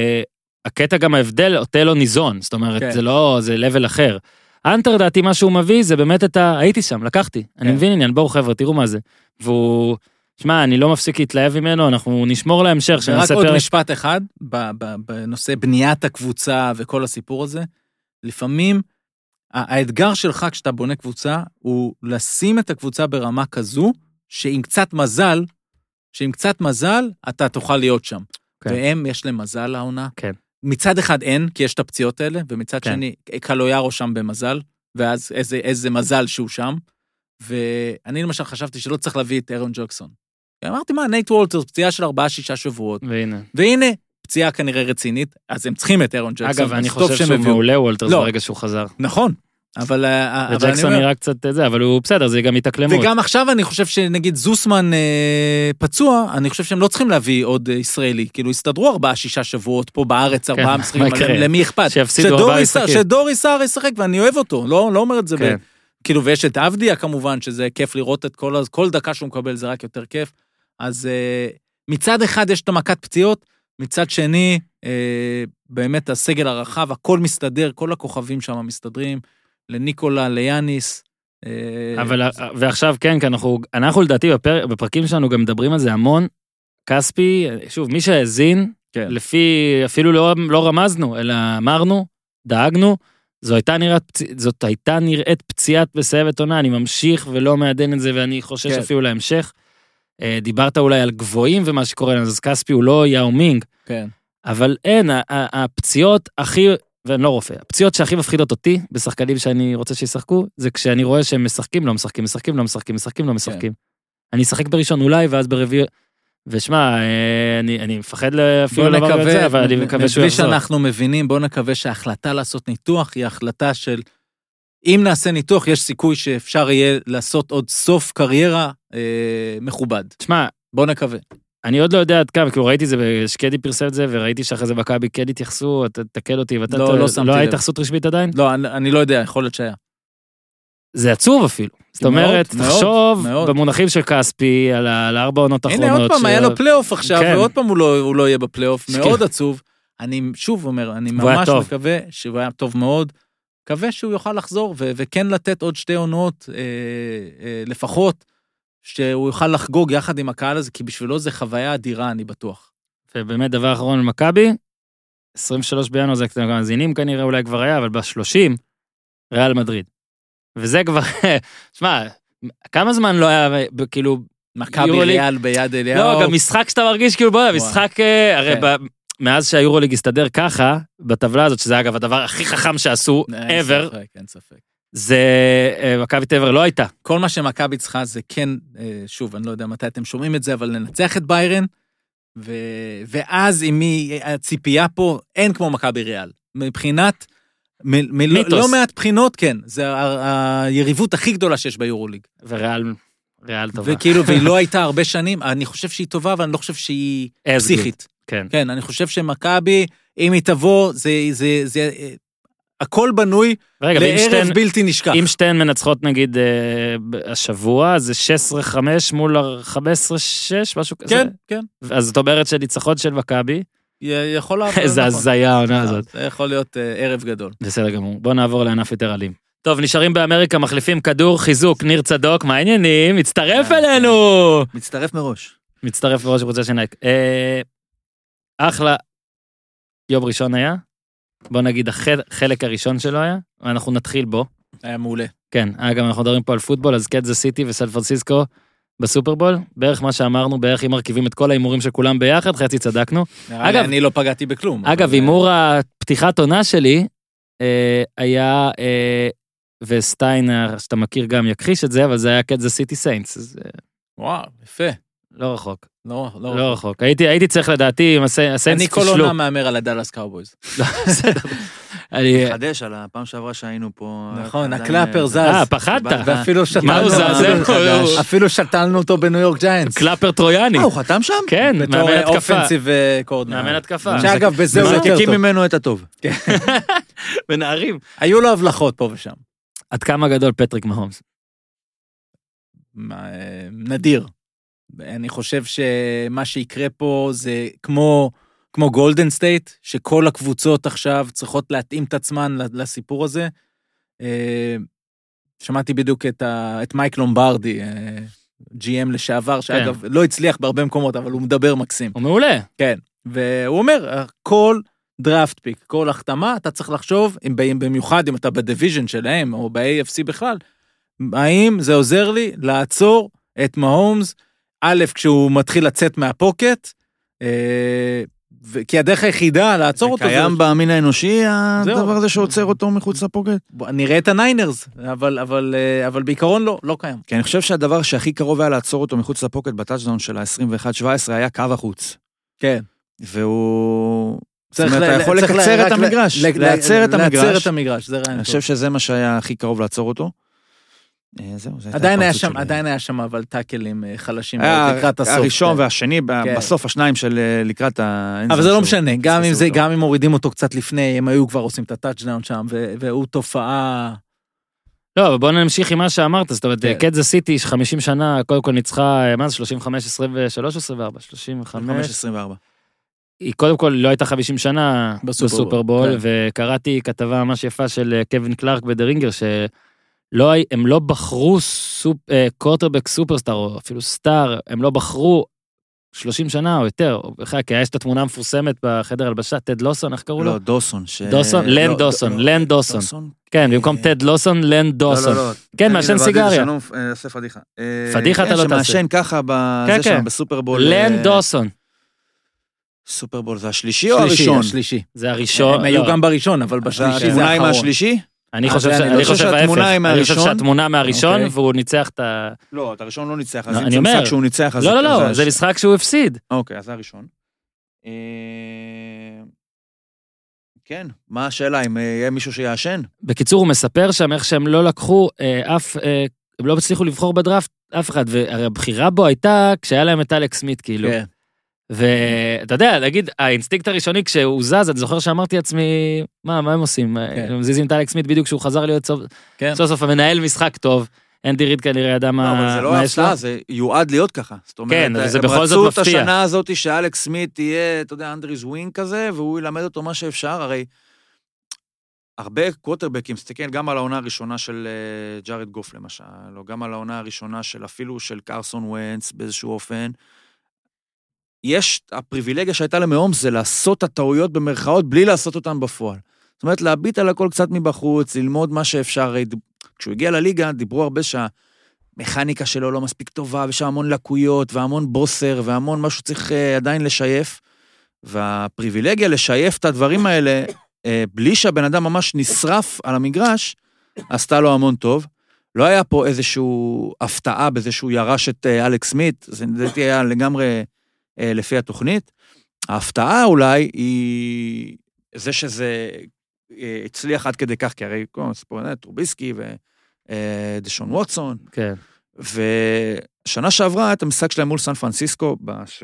הקטע גם ההבדל, אוטלו ניזון, זאת אומרת, זה לא, זה לבל אחר. אנטר דעתי מה שהוא מביא, זה באמת את ה... הייתי שם, לקחתי, אני מבין עניין, בואו חבר'ה, תראו מה זה. והוא... שמע, אני לא מפסיק להתלהב ממנו, אנחנו נשמור להמשך. ורק עוד פרק... משפט אחד, בנושא בניית הקבוצה וכל הסיפור הזה, לפעמים, האתגר שלך כשאתה בונה קבוצה, הוא לשים את הקבוצה ברמה כזו, שעם קצת מזל, שעם קצת מזל, אתה תוכל להיות שם. כן. והם, יש להם מזל לעונה. כן. מצד אחד אין, כי יש את הפציעות האלה, ומצד כן. שני, קלויארו שם במזל, ואז איזה, איזה מזל שהוא שם, ואני למשל חשבתי שלא צריך להביא את אירון ג'וקסון. אמרתי מה, נייט וולטרס, פציעה של ארבעה, שישה שבועות. והנה. והנה, פציעה כנראה רצינית, אז הם צריכים את אירון ג'וקסון. אגב, אני חושב שהוא מעולה וולטרס לא. ברגע שהוא חזר. נכון. אבל... וג'קסון נראה קצת זה, אבל הוא בסדר, זה גם התאקלמות. וגם עכשיו אני חושב שנגיד זוסמן אה, פצוע, אני חושב שהם לא צריכים להביא עוד ישראלי, כאילו הסתדרו ארבעה, שישה שבועות פה בארץ, ארבעה משחקים, למי אכפת? שיפסידו ארבעה משחקים. שדורי סער ישחק, ואני אוהב אותו, לא, לא אומר את זה. כן. ב... כאילו, ויש את אבדיה כמובן, שזה כיף לראות את כל, כל דקה שהוא מקבל, זה רק יותר כיף. אז uh, מצד אחד יש את המכת פציעות, מצד שני, uh, באמת הסגל הרחב, הכל מסתדר, כל הכוכבים שם מסתדרים, לניקולה, ליאניס. Uh, אבל, ועכשיו כן, כי אנחנו, אנחנו לדעתי בפר, בפרקים שלנו גם מדברים על זה המון, כספי, שוב, מי שהאזין, כן. לפי, אפילו לא, לא רמזנו, אלא אמרנו, דאגנו, זו הייתה נראית, זאת הייתה נראית פציעת בסייבת עונה, אני ממשיך ולא מעדן את זה, ואני חושש כן. אפילו להמשך. דיברת אולי על גבוהים ומה שקורה לנו, אז כספי הוא לא יאומינג, כן. אבל אין, הפציעות הכי, ואני לא רופא, הפציעות שהכי מפחידות אותי, בשחקנים שאני רוצה שישחקו, זה כשאני רואה שהם משחקים, לא משחקים, משחקים, לא משחקים, משחקים, לא משחקים. כן. אני אשחק בראשון אולי, ואז ברביעי, ושמע, אני, אני מפחד אפילו לומר את זה, אבל אני מקווה שהוא יחזור. בלי שאנחנו מבינים, בוא נקווה שההחלטה לעשות ניתוח, היא החלטה של, אם נעשה ניתוח, יש סיכוי שאפשר יהיה לעשות עוד סוף קריירה אה, מכובד. תשמע, בוא נקווה. אני עוד לא יודע עד כמה, כאילו ראיתי את זה, שקדי פרסם את זה, וראיתי שאחרי זה מכבי כן התייחסו, תקל אותי, ואתה לא, לא, לא היה התייחסות רשמית עדיין? לא, אני, אני לא יודע, יכול להיות שהיה. זה עצוב אפילו. זאת אומרת, מאוד, תחשוב מאוד. במונחים של כספי על ה- על הארבע עונות האחרונות. הנה עוד פעם, ש- היה לו פלייאוף עכשיו, כן. ועוד פעם הוא לא- הוא לא יהיה בפלייאוף, כן. מאוד עצוב. אני שוב אומר, אני והוא היה ממש טוב. מקווה שהוא היה טוב מאוד, מקווה שהוא יוכל לחזור, ו- וכן לתת עוד שתי עונות אה, אה, לפחות, שהוא יוכל לחגוג יחד עם הקהל הזה, כי בשבילו זה חוויה אדירה, אני בטוח. ובאמת דבר אחרון למכבי, עשרים ושלושה בינואר זה קצת מאזינים כנראה אולי כבר היה, אבל ב-שלושים, ריאל מדריד. וזה כבר, שמע, כמה זמן לא היה, כאילו, מכבי יורוליג- ריאל ביד אליהו. לא, גם משחק שאתה מרגיש כאילו, בוא, משחק, אה, הרי כן. ב- מאז שהיורוליג הסתדר ככה, בטבלה הזאת, שזה אגב הדבר הכי חכם שעשו, אין ever, ספק, אין ספק. זה אה, מכבי תל אביב לא הייתה. כל מה שמכבי צריכה זה כן, אה, שוב, אני לא יודע מתי אתם שומעים את זה, אבל לנצח את ביירן, ו... ואז עם מי, הציפייה פה, אין כמו מכבי ריאל. מבחינת, מ... מ... מיתוס. לא מעט בחינות, כן, זה ה... היריבות הכי גדולה שיש ביורוליג. וריאל, ריאל טובה. וכאילו, והיא לא הייתה הרבה שנים, אני חושב שהיא טובה, אבל אני לא חושב שהיא As פסיכית. כן. כן, אני חושב שמכבי, אם היא תבוא, זה, זה, זה, הכל בנוי רגע, ואם לערב שתיהן- בלתי נשכח. אם שתיהן מנצחות נגיד אה, השבוע, זה שש עשרה חמש מול חמש עשרה שש, משהו כזה. כן, כן. אז זאת אומרת שניצחון של מכבי, י- יכול לעבור. איזה נכון. הזיה העונה הזאת. זה יכול להיות אה, ערב גדול. בסדר גמור, בוא נעבור לענף יותר אלים. טוב, נשארים באמריקה, מחליפים כדור, חיזוק, ניר צדוק, מה העניינים? מצטרף אלינו! מצטרף מראש. מצטרף בראש קבוצה של נייק. אה, אחלה, יום ראשון היה, בוא נגיד החלק הראשון שלו היה, ואנחנו נתחיל בו. היה מעולה. כן, אגב, אנחנו מדברים פה על פוטבול, אז קנזס סיטי וסן פרנסיסקו בסופרבול, בערך מה שאמרנו, בערך אם מרכיבים את כל ההימורים של כולם ביחד, חצי צדקנו. נראה אגב- לי אני לא פגעתי בכלום. אגב, אבל, הימור הפתיחת עונה שלי אה, היה, אה, וסטיין, שאתה מכיר גם יכחיש את זה, אבל זה היה קנזס סיטי סיינטס, אז אה, וואו, יפה. לא רחוק, לא, לא. לא רחוק. הייתי הייתי צריך לדעתי, אם הס- הסיינטס אני כל פישלו. עונה מהמר על הדאלאס קאובויז. בסדר. אני- חדש על הפעם שעברה שהיינו פה. נכון, עדיין, הקלאפר אה, זז. אה, פחדת. קיבלת- ואפילו שתלנו... מה הוא זז? אפילו- הוא- הוא- אפילו שתלנו אותו בניו יורק ג'יינטס. קלאפר טרויאני. אה, הוא חתם שם? כן, בתור מאמן התקפה. אופנסיב קורדנר. מאמן התקפה. שאגב, בזה הוא יותר מזקקים טוב. ממנו את הטוב. בנערים. היו לו הבלחות פה ושם. עד כמה גדול פטריק מהומס? מה, אה, נדיר. אני חושב שמה שיקרה פה זה כמו, כמו גולדן סטייט, שכל הקבוצות עכשיו צריכות להתאים את עצמן לסיפור הזה. אה, שמעתי בדיוק את, ה, את מייק לומברדי, אה, ג'י אם לשעבר, שאגב לא הצליח בהרבה מקומות, אבל הוא מדבר מקסים. הוא מעולה. כן, והוא אומר, כל דראפט פיק, כל החתמה, אתה צריך לחשוב, אם באים במיוחד, אם אתה בדיוויז'ן שלהם, או ב-איי אף סי בכלל, האם זה עוזר לי לעצור את מהומס, א', כשהוא מתחיל לצאת מהפוקט, אה, ו- כי הדרך היחידה לעצור אותו, זה קיים במין האנושי, הדבר הזה שעוצר אותו מחוץ לפוקט? בוא, נראה את הניינרס, אבל, אבל, אה, אבל בעיקרון לא, לא קיים. כי אני חושב שהדבר שהכי קרוב היה לעצור אותו מחוץ לפוקט בטאצ'דאון של ה-עשרים ואחת שבע עשרה היה קו החוץ. כן. והוא... זאת צריך אומרת, ל- אתה יכול צריך לקצר רק את ל- המגרש, ל- לעצר את לעצר המגרש. את המגרש, זה רעיון אני טוב. חושב שזה מה שהיה הכי קרוב לעצור אותו. אה, זהו, זה הייתה עדיין היה ההתפרצות שם, של- עדיין היה שם, אבל טאקלים אה, חלשים מאוד היה לקראת הסוף. הראשון כן. והשני, ב- כן. בסוף השניים של אה, לקראת ה... אבל זה לא משנה, גם אם פספסו זה, אותו. גם אם מורידים אותו קצת לפני, הם היו כבר עושים את הטאצ'דאון שם, ו- והוא תופעה... לא, אבל בוא נמשיך עם מה שאמרת, זאת אומרת, כן. קנזס סיטי, חמישים שנה, קודם כל ניצחה, מה זה, שלושים וחמש, עשרים ושלוש, עשרים וארבע, שלושים וחמש, חמש עשרים וארבע. היא קודם כל לא הייתה חמישים שנה בסופרבול, בסופרבול, כן. וקראתי כתבה ממש יפה של קווין קלארק בדרינגר, שלא, הם לא בחרו סופ, קורטרבק סופרסטאר, או אפילו סטאר, הם לא בחרו שלושים שנה או יותר, או בכלל, כי יש את התמונה המפורסמת בחדר הלבשה, טד לוסון, איך קראו לו? לא, דוסון. ש- דוסון? לא, לן לא, דוסון, לא, לן דוסון. דוסון? כן, במקום טד לוסון, לן דוסון. לא, לא, לא. כן, תן לי מעשן לבד סיגריה. את זה, שאני לא- אעשה פדיחה. אה, פדיחה אתה כן, לא תעשה. שמעשן ככה בזה כן, כן. שם, בסופרבול. לן אה, דוסון. סופרבול זה השלישי או שלישי, הראשון? השלישי. זה הראשון. הם היו לא. גם בראשון, אבל בשלישי זה התמונה עם האחרון. השלישי? אני אה, חושב זה ש- אני אני לא חושב חושב ההפך. שהתמונה עם אני חושב הראשון? שהתמונה מהראשון, אוקיי. והוא ניצח את ה... לא, את הראשון לא ניצח, לא, אז אם אני זה אומר. משחק שהוא ניצח, אז... לא, לא, לא, אז- זה משחק שהוא הפסיד. אוקיי, אז זה הראשון. אה, כן, מה השאלה, אם אה, יהיה מישהו שיעשן? בקיצור, הוא מספר שם איך שהם לא לקחו אה, אף... אה, הם לא הצליחו לבחור בדראפט אף אחד, והרי הבחירה בו הייתה כשהיה להם את אלכס סמית, כאילו. כן. ואתה יודע, נגיד, האינסטינקט הראשוני כשהוא זז, אני זוכר שאמרתי לעצמי, מה, מה הם עושים? כן. הם מזיזים את אלכס סמית בדיוק כשהוא חזר להיות סוף, כן. סוף סוף המנהל משחק טוב, אנדי ריד כנראה ידע לא, מה אבל זה לא מה יש לו. הפתעה, זה יועד להיות ככה. זאת אומרת, כן, אבל זה הם בכל זאת רצו את מפתיע. השנה הזאת שאלכס סמית תהיה, אתה יודע, אנדריז ווינג כזה, והוא ילמד אותו מה שאפשר, הרי הרבה קווטרבקים, סתכל גם על העונה הראשונה של אה, ג'ארד גוף למשל, או גם על העונה הראשונה של אפילו של קרסון ווינץ באיזשהו אופן, יש, הפריבילגיה שהייתה למהומס זה לעשות את הטעויות במרכאות בלי לעשות אותן בפועל. זאת אומרת, להביט על הכל קצת מבחוץ, ללמוד מה שאפשר. כשהוא הגיע לליגה, דיברו הרבה שהמכניקה שלו לא מספיק טובה, ושם המון לקויות, והמון בוסר, והמון משהו צריך uh, עדיין לשייף. והפריבילגיה לשייף את הדברים האלה, uh, בלי שהבן אדם ממש נשרף על המגרש, עשתה לו המון טוב. לא היה פה איזשהו הפתעה בזה שהוא ירש את uh, אלכס סמית, זה נדעתי היה לגמרי uh, לפי התוכנית. ההפתעה אולי היא זה שזה הצליח עד כדי כך, כי הרי טרוביסקי ודשון ווטסון, כן. ושנה שעברה את המשחק שלהם מול סן פרנסיסקו,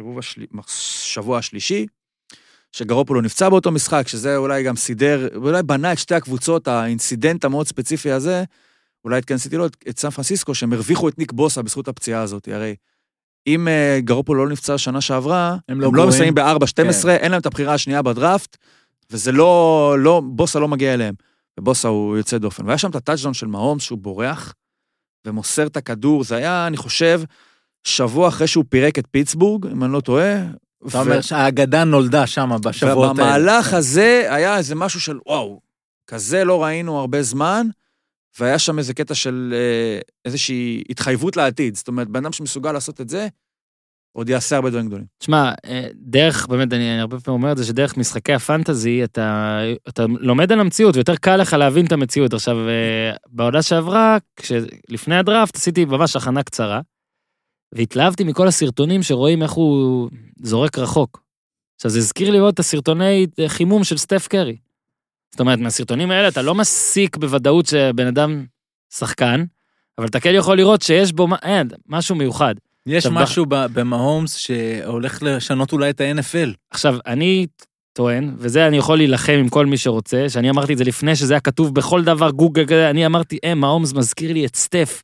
בשבוע השלישי, שגרופולו נפצע באותו משחק, שזה אולי גם סידר, אולי בנה את שתי הקבוצות, האינסידנט המאוד ספציפי הזה, אולי התכנסיתי לו את סן פרנסיסקו, שהם הרוויחו את ניק בוסה בזכות הפציעה הזאת, הרי אם גרופולו לא נפצע שנה שעברה, הם לא מסיימים ב-ארבע שתים עשרה, אין להם את הבחירה השנייה בדראפט, וזה לא, לא, בוסה לא מגיע אליהם, ובוסה הוא יוצא דופן. והיה שם את הטאצ'דאון של מהומס, שהוא בורח, ומוסר את הכדור, זה היה, אני חושב, שבוע אחרי שהוא פירק את פיטסבורג, אם אני לא טועה. אתה אומר שהאגדה נולדה שם בשבועות האלה. ובמהלך הזה היה איזה משהו של, וואו, כזה לא ראינו הרבה זמן, והיה שם איזה קטע של איזושהי התחייבות לעתיד, זאת אומרת, בן אדם שמסוגל לעשות את זה, עוד יעשה הרבה דברים גדולים. תשמע, דרך, באמת, אני הרבה פעמים אומר את זה, שדרך משחקי הפנטזי, אתה, אתה לומד על המציאות, ויותר קל לך להבין את המציאות. עכשיו, בעונה שעברה, לפני הדראפט, עשיתי ממש הכנה קצרה, והתלהבתי מכל הסרטונים שרואים איך הוא זורק רחוק. עכשיו, זה הזכיר לי עוד את הסרטוני חימום של סטף קרי. זאת אומרת, מהסרטונים האלה, אתה לא מסיק בוודאות שבן אדם שחקן, אבל אתה כן יכול לראות שיש בו, אין, משהו מיוחד. יש משהו במהומס שהולך לשנות אולי את ה-אן אף אל. עכשיו, אני טוען, וזה אני יכול להילחם עם כל מי שרוצה, שאני אמרתי את זה לפני שזה היה כתוב בכל דבר גוגל, אני אמרתי, אה, מהומס מזכיר לי את סטף,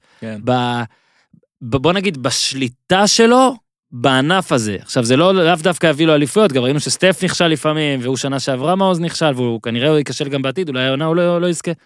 בוא נגיד, בשליטה שלו, בענף הזה. עכשיו, זה לא לאו דווקא הביא לו אליפויות, גם ראינו שסטף נכשל לפעמים, והוא שנה שעברה מעוז נכשל, והוא כנראה הוא ייכשל גם בעתיד, אולי העונה הוא לא, לא יזכה.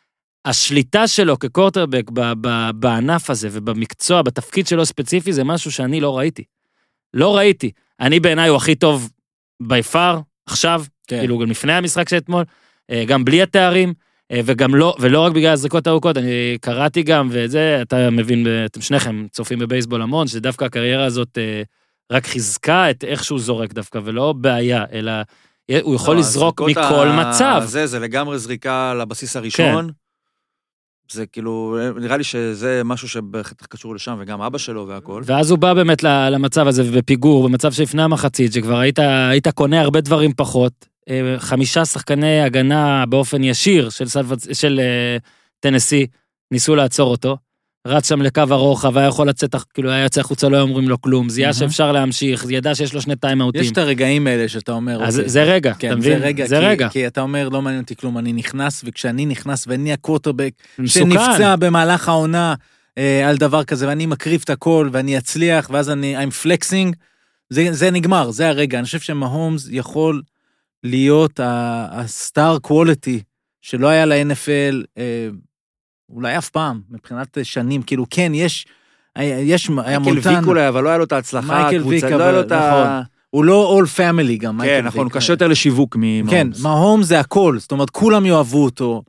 השליטה שלו כקורטרבק בענף הזה ובמקצוע, בתפקיד שלו ספציפי, זה משהו שאני לא ראיתי. לא ראיתי. אני בעיניי הוא הכי טוב ביפר, עכשיו, כן. כאילו גם לפני המשחק שאתמול, גם בלי התארים, וגם לא, ולא רק בגלל הזריקות ארוכות, אני קראתי גם, וזה, אתה מבין, אתם שניכם צופים בבייסבול המון, שדווקא הקריירה הזאת רק חיזקה את איך שהוא זורק דווקא, ולא בעיה, אלא הוא יכול לא, לזרוק מכל ה... מצב. זה, זה לגמרי זריקה לבסיס הראשון, כן. זה כאילו, נראה לי שזה משהו שבטח קשור לשם, וגם אבא שלו והכל. ואז הוא בא באמת למצב הזה, בפיגור, במצב שלפני המחצית, שכבר היית, היית קונה הרבה דברים פחות, חמישה שחקני הגנה באופן ישיר של, של טנסי, ניסו לעצור אותו, רץ שם לקו הרוחב, היה יכול לצאת, כאילו היה יוצא החוצה, לא אומרים לו כלום, זיהה שאפשר להמשיך, ידע שיש לו שני טיימאוטים. יש את הרגעים האלה שאתה אומר, אז זה רגע, אתה מבין? זה רגע. כי אתה אומר, לא מעניין אותי כלום, אני נכנס, וכשאני נכנס, ואני הקווטרבק, שנפצע במהלך העונה, על דבר כזה, ואני מקריב את הכל, ואני אצליח, ואז אני, I'm flexing, זה נגמר, זה הרגע. אני חושב שמהומס יכול להיות הסטאר קואליטי, שלא היה ל-אן אף אל, אולי אף פעם, מבחינת שנים, כאילו, כן, יש, יש, היה מולטן. מייקל ויק אולי, אבל לא היה לו את ההצלחה, מייקל ויק, אבל, לא נכון. הוא לא all family גם, מייקל ויק. כן, נכון, הוא קשה יותר לשיווק ממהומס. כן, מהומס זה הכל, זאת אומרת, כולם יאהבו אותו,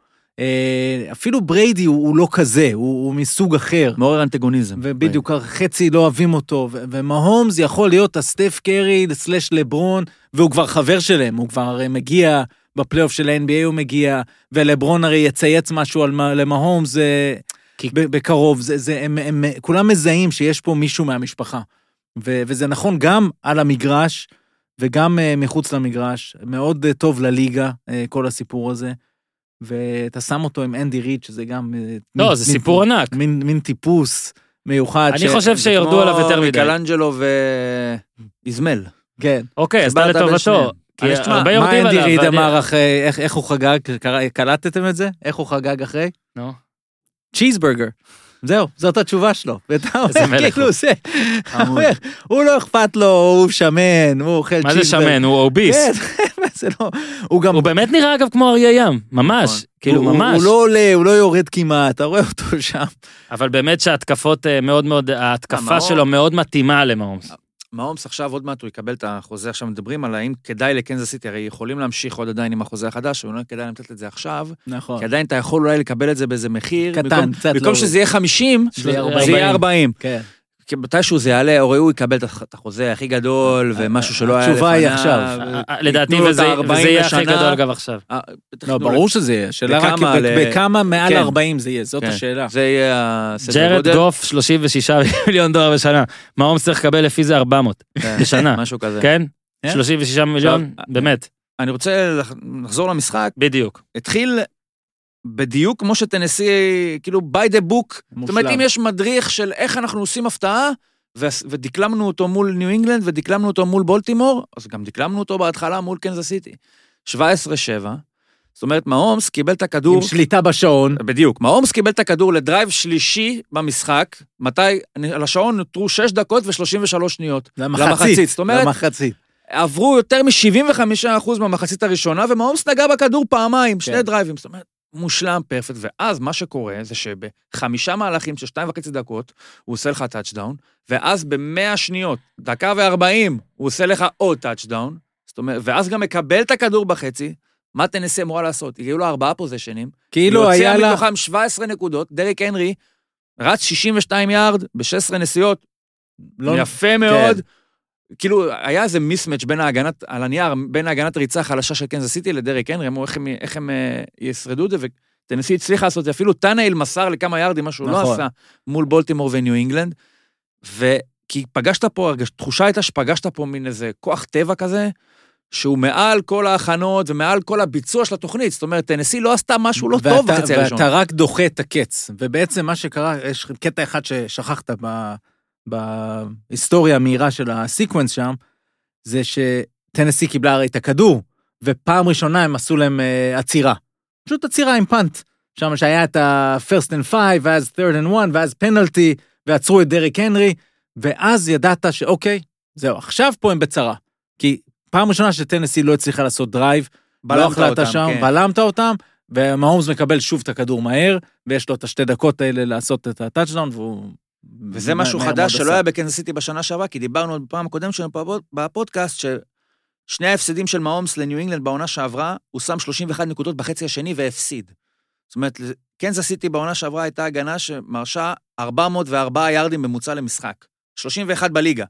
אפילו בריידי הוא לא כזה, הוא מסוג אחר. מעורר אנטגוניזם. ובדיוק, חצי לא אוהבים אותו, ומהומס יכול להיות הסטף קרי, סלש לברון, והוא כבר חבר שלהם, הוא כבר מגיע... בפלייאוף של ה-אן בי איי הוא מגיע, ולברון הרי יצייץ משהו על למהום, זה כי... בקרוב, זה, זה, הם, הם, כולם מזהים שיש פה מישהו מהמשפחה, ו, וזה נכון גם על המגרש, וגם uh, מחוץ למגרש, מאוד uh, טוב לליגה, uh, כל הסיפור הזה, ואתה שם אותו עם אנדי ריד, שזה גם... Uh, לא, מין, זה מין, סיפור ענק. מין, מין טיפוס מיוחד. אני ש... חושב שירדו עליו יותר מדי. מיקלנג'לו ואיזמל. כן. אוקיי, אז אתה לטובתו. כי הרבה יורדים עליו. מה אנדי ריד אמר אחרי, איך הוא חגג, קלטתם את זה? איך הוא חגג אחרי? נו. צ'יזברגר. זהו, זאת התשובה שלו. ואתה איזה אומר, מלך כאילו הוא. זה, הוא לא אכפת לו, הוא שמן, הוא אוכל צ'יזברג. מה זה שמן? הוא אוביס. כן, זה לא, הוא גם... הוא באמת נראה אגב כמו אריה ים, ממש, כאילו הוא- ממש. הוא לא עולה, הוא לא יורד כמעט, אתה רואה אותו שם. אבל באמת שההתקפות אה, מאוד מאוד, ההתקפה המאור- שלו מאוד מתאימה למהומס. מהומס עכשיו עוד מעט הוא יקבל את החוזה, עכשיו מדברים על האם כדאי לקנזס סיטי, הרי יכולים להמשיך עוד עדיין עם החוזה החדש, אבל לא כדאי לתת את זה עכשיו, נכון. כי עדיין אתה יכול אולי לקבל את זה באיזה מחיר, קטן, במקום- קצת במקום להוריד. שזה יהיה חמישים, זה יהיה זה יהיה ארבעים. כן. כי מתישהו זה יעלה, או הוא יקבל את החוזה הכי גדול, ומשהו שלא היה לפניו. התשובה היא עכשיו. אה, אה, לדעתי ייתנו לו את וזה ה-ארבעים וזה יהיה הכי לשנה. גדול אגב עכשיו. אה, בטח לא, ייתנו ברור שזה יהיה. שאלה רק בכמה ב- ל- בכמה מעל כן. ארבעים זה יהיה, זאת כן. השאלה. זה יהיה הסדר ג'רד גודל. גוף שלושים ושישה מיליון דולר בשנה. מהומס צריך לקבל לפי זה ארבע מאות כן, בשנה. משהו כזה. כן? כן. שלושים ושישה מיליון, עכשיו, באמת, אני רוצה לח- לחזור למשחק, בדיוק. התחיל בדיוק כמו שטנסי, כאילו by the book, זאת אומרת, אם יש מדריך של איך אנחנו עושים הפתעה, ו- ודקלמנו אותו מול ניו אינגלנד, ודקלמנו אותו מול בולטימור, אז גם דקלמנו אותו בהתחלה מול קנזס סיטי. שבע עשרה שבע, זאת אומרת, מהומס קיבל את הכדור, עם שליטה בשעון. בדיוק, מהומס קיבל את הכדור לדרייב שלישי במשחק, מתי, על השעון נותרו שש דקות ו-שלושים ושלוש שניות. זה למחצית, המחצית. זאת אומרת, זה המחצית. עברו יותר מ-שבעים וחמישה אחוז מהמחצית הראשונה, ומהומס נגע בכדור פעמיים, שני כן. דרייבים, זאת אומרת, מושלם, פרפקט, ואז מה שקורה זה שבחמישה מהלכים של שתיים וחצי דקות, הוא עושה לך טאצ'דאון, ואז במאה שניות, דקה וארבעים, הוא עושה לך עוד טאצ'דאון, זאת אומרת, ואז גם מקבל את הכדור בחצי, מה טנסי אמורה לעשות? הגיעו לו ארבעה פוזיישנים, כאילו היה יוצא לה... מתוכם שבע עשרה נקודות, דריק הנרי, רץ שישים ושתיים יארד, ב-שש עשרה נסיעות, לא- יפה מאוד, כאילו, היה איזה מיסמץ' בין ההגנת, על הנייר, בין ההגנת הריצה החלשה של קנזס סיטי לדריק הנרי, אמרו איך הם, איך הם אה, ישרדו את זה, וטנסי הצליח לעשות את זה, אפילו טאנאיל מסר לכמה יארדים, מה שהוא לא נכון. עשה, מול בולטימור וניו אינגלנד, וכי פגשת פה, תחושה הייתה שפגשת פה מין איזה כוח טבע כזה, שהוא מעל כל ההכנות ומעל כל הביצוע של התוכנית, זאת אומרת, טנסי לא עשתה משהו לא טוב ואתה- בחצי הראשון. ואתה רק דוחה את הקץ. ובעצם מה שקרה, יש קטע אחד ששכחת ב... בהיסטוריה המהירה של הסיקוונס שם, זה שטנסי קיבלה הרי את הכדור, ופעם ראשונה הם עשו להם uh, עצירה. פשוט עצירה עם פאנט. שם שהיה את ה-first and five, ואז third and one, ואז פנלטי, ועצרו את דריק הנרי, ואז ידעת שאוקיי, זהו, עכשיו פה הם בצרה. כי פעם ראשונה שטנסי לא הצליחה לעשות דרייב, בלמת לא החלטת אותם, שם, כן. בלמת אותם, ומהומס מקבל שוב את הכדור מהר, ויש לו את השתי דקות האלה לעשות את הטאצ'דאון, והוא... וזה משהו מהר מאוד חדש שלא עשה. היה בקנזס סיטי בשנה שעברה, כי דיברנו עוד בפעם הקודם שלנו בפודקאסט, ששני ההפסדים של מהומס לניו אינגלנד בעונה שעברה, הוא שם שלושים ואחת נקודות בחצי השני והפסיד. זאת אומרת, קנזס סיטי בעונה שעברה הייתה הגנה שמרשה ארבע מאות וארבע יארדים בממוצע למשחק. שלושים ואחת בליגה.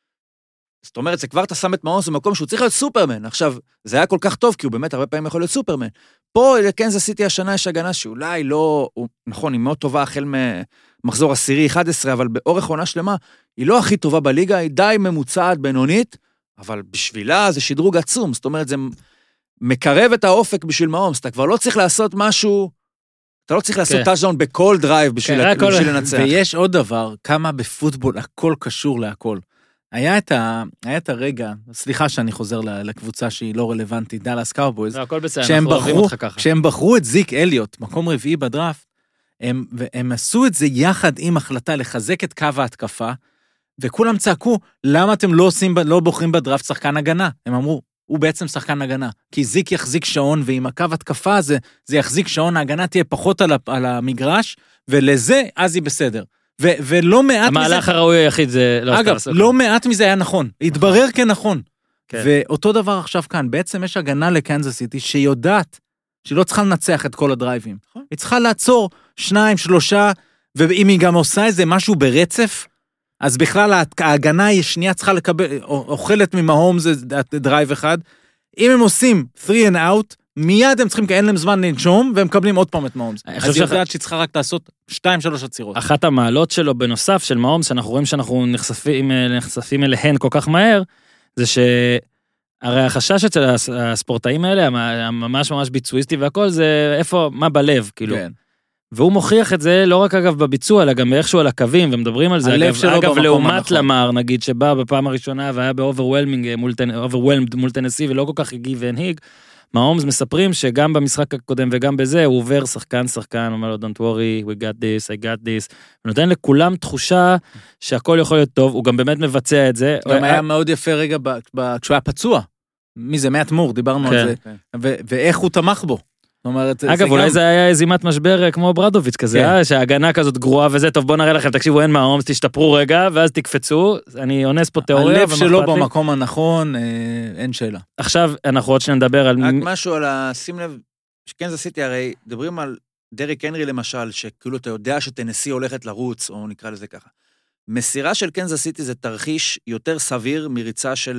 זאת אומרת, זה כבר אתה שם את מהומס במקום שהוא צריך להיות סופרמן. עכשיו, זה היה כל כך טוב, כי הוא באמת הרבה פעמים יכול להיות סופרמן. פה לקנזס סיטי השנה יש הגנה שאולי לא, הוא, נכון, היא מאוד טובה החל ממחזור עשירי אחד עשרה, אבל באורך עונה שלמה, היא לא הכי טובה בליגה, היא די ממוצעת בינונית, אבל בשבילה זה שדרוג עצום, זאת אומרת, זה מקרב את האופק בשביל מהומס, אתה כבר לא צריך לעשות משהו, אתה לא צריך לעשות טאצ'דאון בכל דרייב בשביל לנצח. ויש עוד דבר, כמה בפוטבול הכל קשור להכל. היה את, ה, היה את הרגע, סליחה שאני חוזר לקבוצה שהיא לא רלוונטית, דאלאס קאובויז, הכל בסדר, כשהם אנחנו אוהבים בחרו, אותך ככה. כשהם בחרו את זיק אליוט, מקום רביעי בדראפט, הם, והם עשו את זה יחד עם החלטה לחזק את קו ההתקפה, וכולם צעקו, למה אתם לא, עושים, לא בוחרים בדראפט שחקן הגנה? הם אמרו, הוא בעצם שחקן הגנה, כי זיק יחזיק שעון, ועם הקו התקפה הזה, זה יחזיק שעון, ההגנה תהיה פחות על, על המגרש, ולזה, אז היא בסדר. ו- ולא מעט מזה... המהלך הראוי היחיד זה... לא אגב, סתם, לא מעט מזה היה נכון. התברר כנכון. כן. ואותו דבר עכשיו כאן, בעצם יש הגנה לקנזס סיטי שיודעת שהיא לא צריכה לנצח את כל הדרייבים. היא צריכה לעצור שניים, שלושה, ואם היא גם עושה איזה משהו ברצף, אז בכלל ההגנה היא שנייה צריכה לקבל, אוכלת ממהום זה דרייב אחד. אם הם עושים three and out, מיד הם צריכים, כי אין להם זמן לנשום, והם מקבלים עוד פעם את מהומס. אז היא יודעת שהיא צריכה רק לעשות שתיים, שלוש עצירות. אחת המעלות שלו בנוסף של מהומס, שאנחנו רואים שאנחנו נחשפים, נחשפים אליהן כל כך מהר, זה שהרי החשש אצל הספורטאים האלה, ממש ממש ביצועיסטי והכל, זה איפה, מה בלב, כאילו. כן. והוא מוכיח את זה לא רק אגב בביצוע, אלא גם באיכשהו על הקווים, ומדברים על זה. אגב, אגב לעומת למר, נגיד, שבא בפעם הראשונה, והיה באוברווילמינג מול, אוברווילמד מול טנסי, ולא כל כך הגיב והנהיג, מהאומס מספרים שגם במשחק הקודם וגם בזה, הוא עובר שחקן, שחקן, אומר לו, don't worry, we got this, I got this, ונותן לכולם תחושה שהכל יכול להיות טוב, הוא גם באמת מבצע את זה. גם היה מאוד יפה רגע כשהוא היה פצוע. מי זה? מאט מור, דיברנו על זה. ואיך הוא תמך בו. אגב, אולי זה היה זימת משבר כמו ברדוביץ' כזה, שההגנה כזאת גרועה וזה, טוב בוא נראה לכם, תקשיבו, אין מהאומס, תשתפרו רגע, ואז תקפצו, אני אונס פה תיאוריה. הלב שלו במקום הנכון, אין שאלה. עכשיו אנחנו עוד שנדבר על... רק משהו על ה... שים לב, שקנזס סיטי, הרי דברים על דריק הנרי למשל, שכאילו אתה יודע שטנסי הולכת לרוץ, או נקרא לזה ככה. מסירה של קנזס סיטי זה תרחיש יותר סביר מריצה של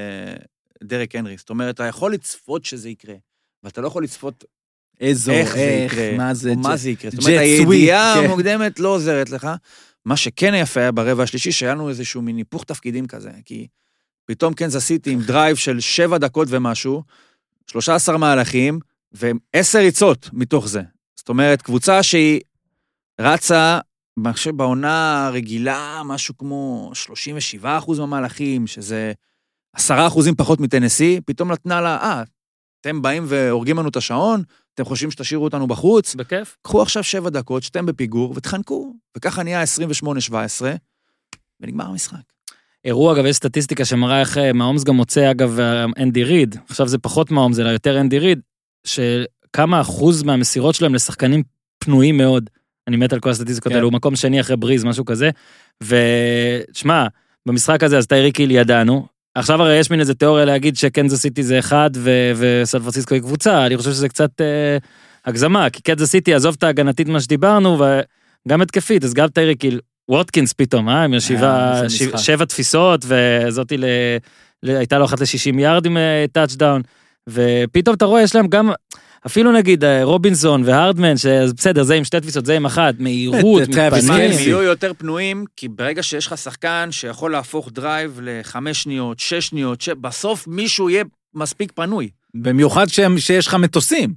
דריק הנרי. זאת אומרת, אתה יכול לצפות שזה יקרה, ואתה לא יכול לצפות איזו, איך זה יקרה, מה זה, מה זה יקרה. זאת אומרת, הידיעה המוקדמת לא עוזרת לך. מה שכן יפה היה ברבע השלישי, שהיה לנו איזשהו מין היפוך תפקידים כזה, כי פתאום קנזס סיטי עם דרייב של שבע דקות ומשהו, שלושה עשר מהלכים, ועשר ריצות מתוך זה. זאת אומרת, קבוצה שהיא רצה, בעונה הרגילה, משהו כמו שלושים ושבעה אחוז מהמהלכים, שזה עשרה אחוזים פחות מטנסי, פתאום נתנה לה, אה, אתם באים והורגים לנו את השעון, אתם חושבים שתשאירו אותנו בחוץ? בכיף. קחו עכשיו שבע דקות, שאתם בפיגור, ותחנקו. וככה נהיה עשרים ושמונה שבע עשרה, ונגמר המשחק. אירוע, אגב, יש סטטיסטיקה שמראה איך מהאומס גם מוצא, אגב, אנדי ריד, עכשיו זה פחות מהאומס, אלא יותר אנדי ריד, שכמה אחוז מהמסירות שלהם לשחקנים פנויים מאוד. אני מת על כל הסטטיסטיקות האלו, הוא מקום שני אחרי בריז, משהו כזה. ושמע, במשחק הזה, אז טייריק היל ידענו, עכשיו הרי יש מין איזה תיאוריה להגיד שקנזס סיטי זה אחד וסן פרנסיסקו היא קבוצה, אני חושב שזה קצת אה, הגזמה, כי קנזס סיטי עזוב את ההגנתית מה שדיברנו, וגם התקפית, אז גם טייריק היל, ווטקינס פתאום, אה, עם ישיבה, ש... שבע תפיסות, וזאתי ל... ל... הייתה לו אחת ל-שישים יארד עם טאצ'דאון, ופתאום אתה רואה, יש להם גם, אפילו נגיד רובינסון והרדמן, שבסדר, זה עם שתי תפיסות, זה עם אחת, מהירות, מתפנים. הם יהיו יותר פנויים, כי ברגע שיש לך שחקן שיכול להפוך דרייב לחמש שניות, שש שניות, ש... בסוף מישהו יהיה מספיק פנוי. במיוחד שיש לך מטוסים.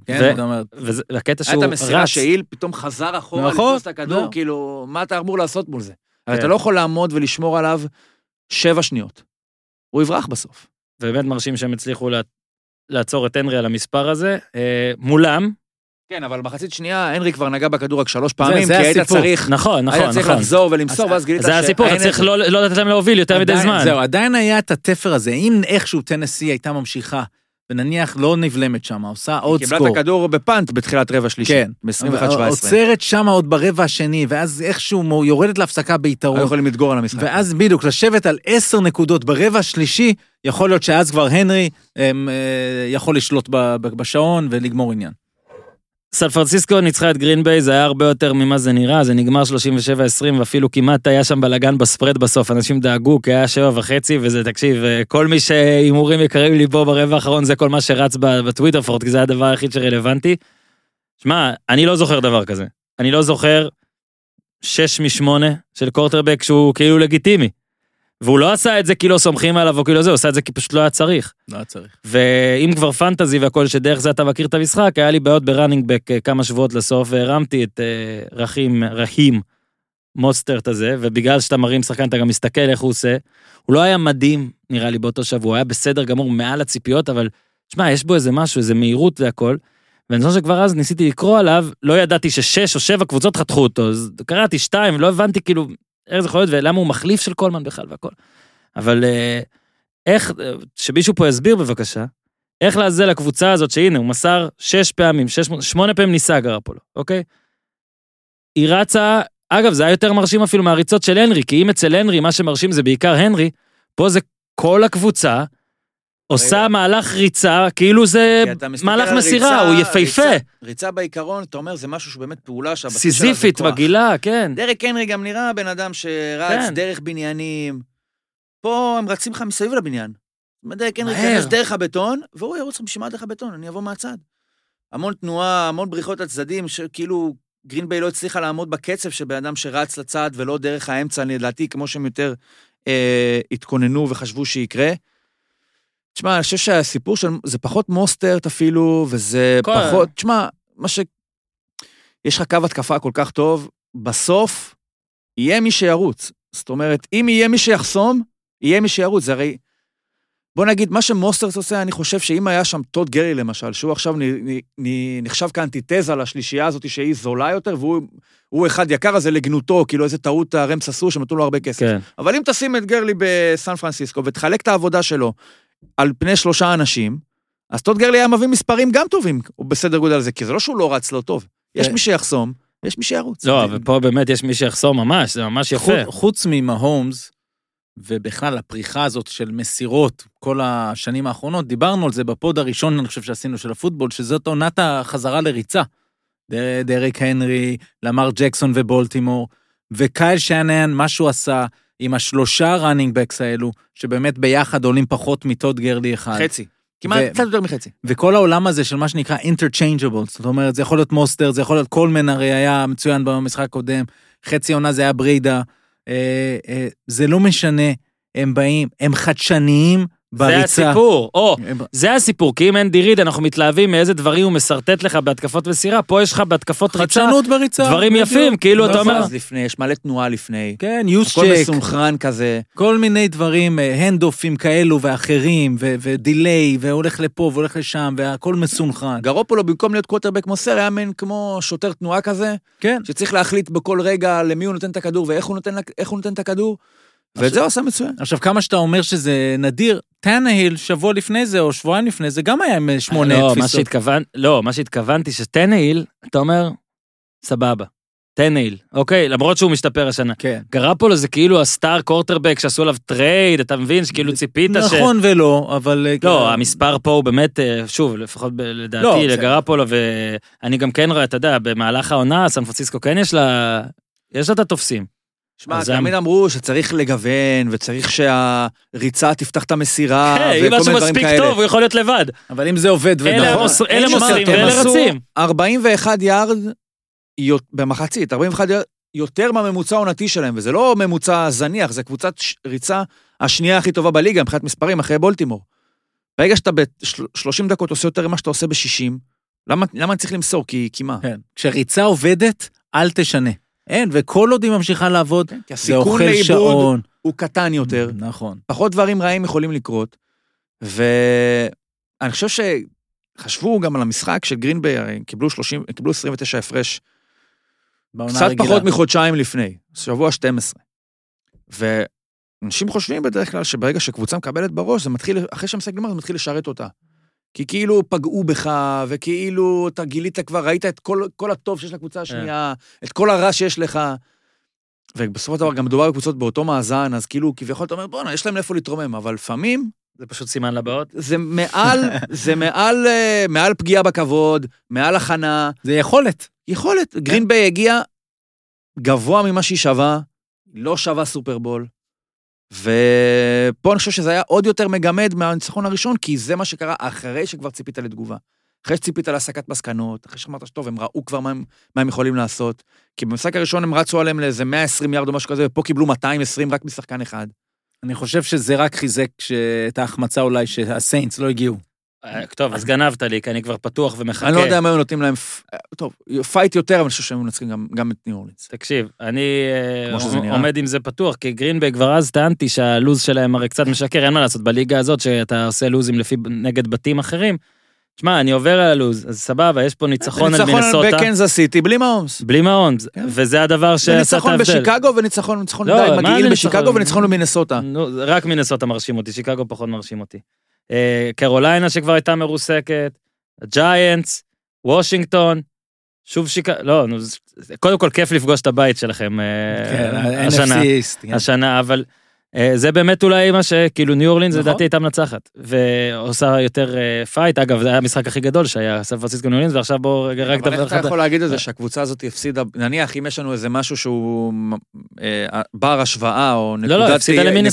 והקטע שהוא רץ. הייתה מסירה שהיל פתאום חזר אחורה, לתפוס את הכדור, כאילו, מה אתה אמור לעשות מול זה? אבל אתה לא יכול לעמוד ולשמור עליו שבע שניות. הוא יברח בסוף. ובאמת מרשים שהם הצליחו לעצור את הנרי על המספר הזה, מולם. כן, אבל מחצית שנייה, הנרי כבר נגע בכדור רק שלוש פעמים, כי היית צריך, נכון, נכון, היית צריך לחזור ולמסור, ואז גילית זה הסיפור, אתה צריך לא לתת להם להוביל יותר מדי זמן. זהו, עדיין היה את התפר הזה, אם איכשהו טנסי הייתה ממשיכה, ונניח לא נבלמת שם, עושה עוד סקור. קיבלת הכדור בפאנט בתחילת רבע שלישי, כן. ב-עשרים ואחת שבע עשרה. עוצרת שם עוד ברבע השני, ואז איכשהו יורדת להפסקה ביתרון. היו יכולים לדגור על המשחק. ואז בדיוק, לשבת על עשר נקודות ברבע השלישי, יכול להיות שאז כבר הנרי יכול לשלוט בשעון ולגמור עניין. סן פרנסיסקו ניצחה את גרין ביי, זה היה הרבה יותר ממה זה נראה, זה נגמר שלושים ושבע עשרים, ואפילו כמעט היה שם בלגן בספרד בסוף, אנשים דאגו, כי היה שבע וחצי, וזה תקשיב, כל מי שהימורים יקרים לי פה ברבע האחרון, זה כל מה שרץ בטוויטר פורט, כי זה הדבר היחיד שרלוונטי. שמע, אני לא זוכר דבר כזה, אני לא זוכר שש משמונה של קורטרבק שהוא כאילו לגיטימי, והוא לא עשה את זה כי לא סומכים עליו או כאילו זה, הוא עשה את זה כי פשוט לא היה צריך. לא היה צריך. ואם כבר פנטזי והכל שדרך זה אתה מכיר את המשחק, היה לי בעיות בראנינג בק כמה שבועות לסוף, והרמתי את uh, רחים, רחים מוסטרט הזה, ובגלל שאתה מרים שחקן אתה גם מסתכל איך הוא עושה, הוא לא היה מדהים נראה לי באותו שבוע, הוא היה בסדר גמור מעל הציפיות, אבל שמע, יש בו איזה משהו, איזה מהירות והכל, ואני חושב שכבר אז ניסיתי לקרוא עליו, לא ידעתי ששש או שבע קבוצות חתכו אותו, אז קראתי שתיים, לא הבנתי כאילו איך זה יכול להיות, ולמה הוא מחליף של קולמן בכלל והכל. אבל איך, שמישהו פה יסביר בבקשה, איך לעזל לקבוצה הזאת, שהנה, הוא מסר שש פעמים, שש, שמונה פעמים ניסה גרפולו, אוקיי? היא רצה, אגב, זה היה יותר מרשים אפילו מהריצות של הנרי, כי אם אצל הנרי, מה שמרשים זה בעיקר הנרי, פה זה כל הקבוצה, עושה מהלך ריצה, כאילו זה מהלך מסירה, הוא יפהפה. ריצה בעיקרון, אתה אומר, זה משהו שבאמת פעולה, סיזיפית, מגילה, כן. דרק הנרי גם נראה בן אדם שרץ דרך בניינים, פה הם רצים לך מסביב לבניין. דרק הנרי כנס דרך הבטון, והוא ירוץ בשביל דרך הבטון, אני אבוא מהצד. המון תנועה, המון בריחות לצדדים, שכאילו גרין ביי לא הצליחה לעמוד בקצב של בן אדם שרץ לצד, ולא דרך האמצע, לדעתי, כמו שהם יותר התכוננו וחשבו שיקרה. תשמע, אני חושב שהסיפור של, זה פחות מוסטרט אפילו, וזה כל... פחות, תשמע, מה ש... יש לך קו התקפה כל כך טוב, בסוף, יהיה מי שירוץ. זאת אומרת, אם יהיה מי שיחסום, יהיה מי שירוץ. זה הרי, בוא נגיד, מה שמוסטרס עושה, אני חושב שאם היה שם טוד גרי למשל, שהוא עכשיו נחשב כאנטיתזה לשלישייה הזאת שהיא זולה יותר, והוא אחד יקר הזה לגנותו, כאילו איזה טעות הרמס עשו שנתנו לו הרבה כסף. כן. אבל אם תשים את גרלי בסן פרנסיסקו, ותחלק את העבודה שלו על פני שלושה אנשים, אז טוד גרלי היה מביא מספרים גם טובים, הוא בסדר גודל הזה, כי זה לא שהוא לא רץ לא טוב. יש מי שיחסום, יש מי שירוץ. לא, ופה באמת יש מי שיחסום ממש, זה ממש יפה. חוץ ממהומס, ובכלל הפריחה הזאת של מסירות כל השנים האחרונות, דיברנו על זה בפוד הראשון, אני חושב שעשינו של הפוטבול, שזאת עונת החזרה לריצה. דריק הנרי, למר ג'קסון ובולטימור, וקייל שנן, מה שהוא עשה עם השלושה ראנינג בקס האלו, שבאמת ביחד עולים פחות מטוד גרלי אחד. חצי. כמעט קצת יותר מחצי. וכל העולם הזה של מה שנקרא interchangeable, זאת אומרת, זה יכול להיות מוסטר, זה יכול להיות קולמן, הרי היה מצוין במשחק הקודם, חצי עונה זה היה בריידה, אה, אה, זה לא משנה, הם באים, הם חדשניים בריצה. זה הסיפור, או, זה הסיפור, כי אם אין דיריד, אנחנו מתלהבים מאיזה דברים הוא מסרטט לך בהתקפות וסירה, פה יש לך בהתקפות ריצה, חדשנות בריצה, דברים יפים, כאילו אתה אומר. לפני, יש מלא תנועה לפני. כן, יוסצ'ק. הכל מסונכרן כזה. כל מיני דברים, הנדופים כאלו ואחרים, ודיליי, והולך לפה והולך לשם, והכל מסונכרן. גרופולו, במקום להיות קווטרבק כמו סר, היה מן כמו שוטר תנועה כזה, כן. שצריך להחליט בכל רגע למי הוא נותן את הכדור, ואיך הוא נותן, איך הוא נותן את הכדור. ואת זה הוא עשה מצוין. עכשיו, כמה שאתה אומר שזה נדיר, טנהיל, שבוע לפני זה, או שבועיים לפני זה, גם היה עם שמונה לא, תפיסות. מה שהתכוון, לא, מה שהתכוונתי, שטנהיל, אתה אומר, סבבה. טנהיל, אוקיי, למרות שהוא משתפר השנה. כן. גרפולו זה כאילו הסטאר קורטרבק שעשו עליו טרייד, אתה מבין שכאילו ציפית ש... נכון ולא, אבל... לא, המספר פה הוא באמת, שוב, לפחות לדעתי, לגרפולו, ואני גם כן רואה, אתה יודע, במהלך העונה, סן פרנסיסקו כן יש לה, יש לה את התופסים. שמע, תמיד אמרו שצריך לגוון, וצריך שהריצה תפתח את המסירה, וכל מיני דברים כאלה. אם משהו מספיק טוב, הוא יכול להיות לבד. אבל אם זה עובד ונכון... אלה מוסרים ואלה רצים. ארבעים ואחד יארד במחצית, ארבעים ואחד יארד יותר מהממוצע העונתי שלהם, וזה לא ממוצע זניח, זה קבוצת ריצה השנייה הכי טובה בליגה, מבחינת מספרים, אחרי בולטימור. ברגע שאתה ב-שלושים דקות עושה יותר ממה שאתה עושה ב-שישים, למה אני צריך למסור? כי מה? כשריצה עובדת, אל תשנה. אין, וכל עוד היא ממשיכה לעבוד, כן, כי הסיכון לאיבוד הוא קטן יותר. נכון. פחות דברים רעים יכולים לקרות. ואני חושב שחשבו גם על המשחק של גרינביי, קיבלו שלושים, קיבלו עשרים ותשע הפרש, קצת פחות מחודשיים לפני, שבוע שתים עשרה. ואנשים חושבים בדרך כלל שברגע שקבוצה מקבלת בראש, זה מתחיל, אחרי שהמשחק גמר, זה מתחיל לשרת אותה. כי כאילו פגעו בך, וכאילו אתה גילית כבר, ראית את כל, כל הטוב שיש לקבוצה השנייה, את כל הרע שיש לך, ובסופו של דבר גם מדובר בקבוצות באותו מאזן, אז כאילו כביכול אתה אומר, בוא'נה, יש להם לאיפה לתרומם, אבל לפעמים... זה פשוט סימן לבאות. זה מעל, זה מעל, מעל פגיעה בכבוד, מעל הכנה. זה יכולת. יכולת. גרינביי הגיע גבוה ממה שהיא שווה, לא שווה סופרבול, ופה אני חושב שזה היה עוד יותר מגמד מהניצחון הראשון, כי זה מה שקרה אחרי שכבר ציפית לתגובה. אחרי שציפית להסקת מסקנות, אחרי שאמרת שטוב, הם ראו כבר מה הם, מה הם יכולים לעשות, כי במשחק הראשון הם רצו עליהם לאיזה מאה ועשרים יארד או משהו כזה, ופה קיבלו מאתיים ועשרים רק משחקן אחד. אני חושב שזה רק חיזק את ההחמצה אולי שהסיינטס לא הגיעו. טוב, אז גנבת לי, כי אני כבר פתוח ומחכה. אני לא יודע מה הם נותנים להם, טוב, פייט יותר, אבל אני חושב שהם מנצחים גם, גם את ניו אורלינס. תקשיב, אני עומד עם זה פתוח, כי גרינביי כבר אז טענתי שהלוז שלהם הרי קצת משקר, אין מה לעשות בליגה הזאת, שאתה עושה לוזים לפי נגד בתים אחרים. תשמע, אני עובר על הלוז, אז סבבה, יש פה ניצחון על מינסוטה. ניצחון בקנזס סיטי, בלי מהומס. בלי מהומס, וזה הדבר שעשה את ההבדל. ניצחון בשיקגו וניצחון, ניצחון די מגעיל בשיקגו וניצחון במינסוטה. רק מינסוטה מרשים אותי, שיקגו פחות מרשים אותי. קרוליינה שכבר הייתה מרוסקת, הג'יינטס, וושינגטון, שוב שיקגו, לא, קודם כל כיף לפגוש את הבית שלכם השנה, השנה, אבל זה באמת אולי מה שכאילו ניו אורלינס לדעתי הייתה מנצחת, ועושה יותר פייט, אגב זה היה המשחק הכי גדול שהיה סן פרנסיסקו ניו אורלינס, ועכשיו בואו רק דבר אחד. אבל איך אתה יכול להגיד את זה שהקבוצה הזאת הפסידה, נניח אם יש לנו איזה משהו שהוא בר השוואה או נקודת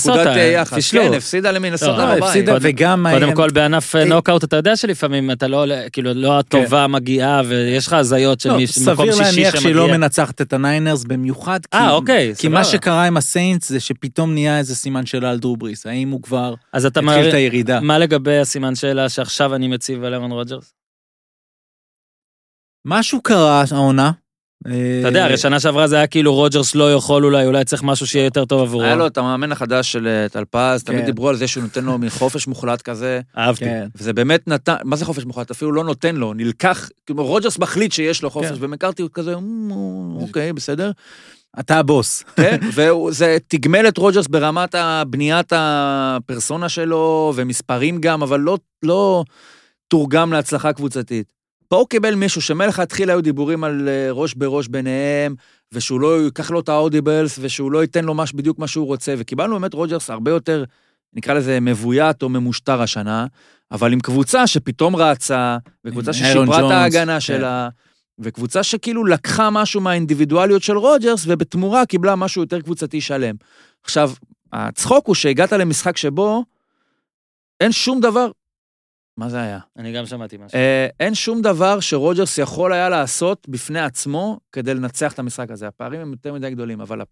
יחס, כן, הפסידה למינסוטה בבית. קודם כל בענף נוקאוט אתה יודע שלפעמים אתה לא, כאילו לא הטובה מגיעה ויש לך הזיות של מקום שישי שמגיע. סביר להניח שהיא לא מנצחת את הניינרס במיוחד, כי מה שקרה עם הסיינטס זה שפתאום נהיה איזה סימן שאלה על דרו בריס, האם הוא כבר התחיל את הירידה. מה לגבי הסימן שאלה שעכשיו אני מציב על אירון רוג'רס? משהו קרה העונה, אתה יודע, הרי שנה שעברה זה היה כאילו רוג'רס לא יכול אולי, אולי צריך משהו שיהיה יותר טוב עבורו. היה לו את המאמן החדש של טלפז, תמיד דיברו על זה שהוא נותן לו מחופש מוחלט כזה. אהבתי. וזה באמת נתן, מה זה חופש מוחלט? אפילו לא נותן לו, נלקח, כמו רוג'רס מחליט שיש לו חופש, ומקרתי כזה, אוקיי, בסדר. אתה הבוס. כן, וזה תגמל את רוג'רס ברמת הבניית הפרסונה שלו, ומספרים גם, אבל לא, לא תורגם להצלחה קבוצתית. פה הוא קיבל מישהו שמלך התחיל היו דיבורים על ראש בראש ביניהם, ושהוא לא ייקח לו את האודיבלס, ושהוא לא ייתן לו מש, בדיוק מה שהוא רוצה, וקיבלנו באמת רוג'רס הרבה יותר, נקרא לזה מבוית או ממושטר השנה, אבל עם קבוצה שפתאום רצה, וקבוצה ששיפרה את ההגנה שלה, וקבוצה שכאילו לקחה משהו מהאינדיבידואליות של רוג'רס, ובתמורה קיבלה משהו יותר קבוצתי שלם. עכשיו, הצחוק הוא שהגעת למשחק שבו, אין שום דבר, מה זה היה? אני גם שמעתי משהו. אין שום דבר שרוג'רס יכול היה לעשות בפני עצמו, כדי לנצח את המשחק הזה. הפערים הם יותר מדי גדולים, אבל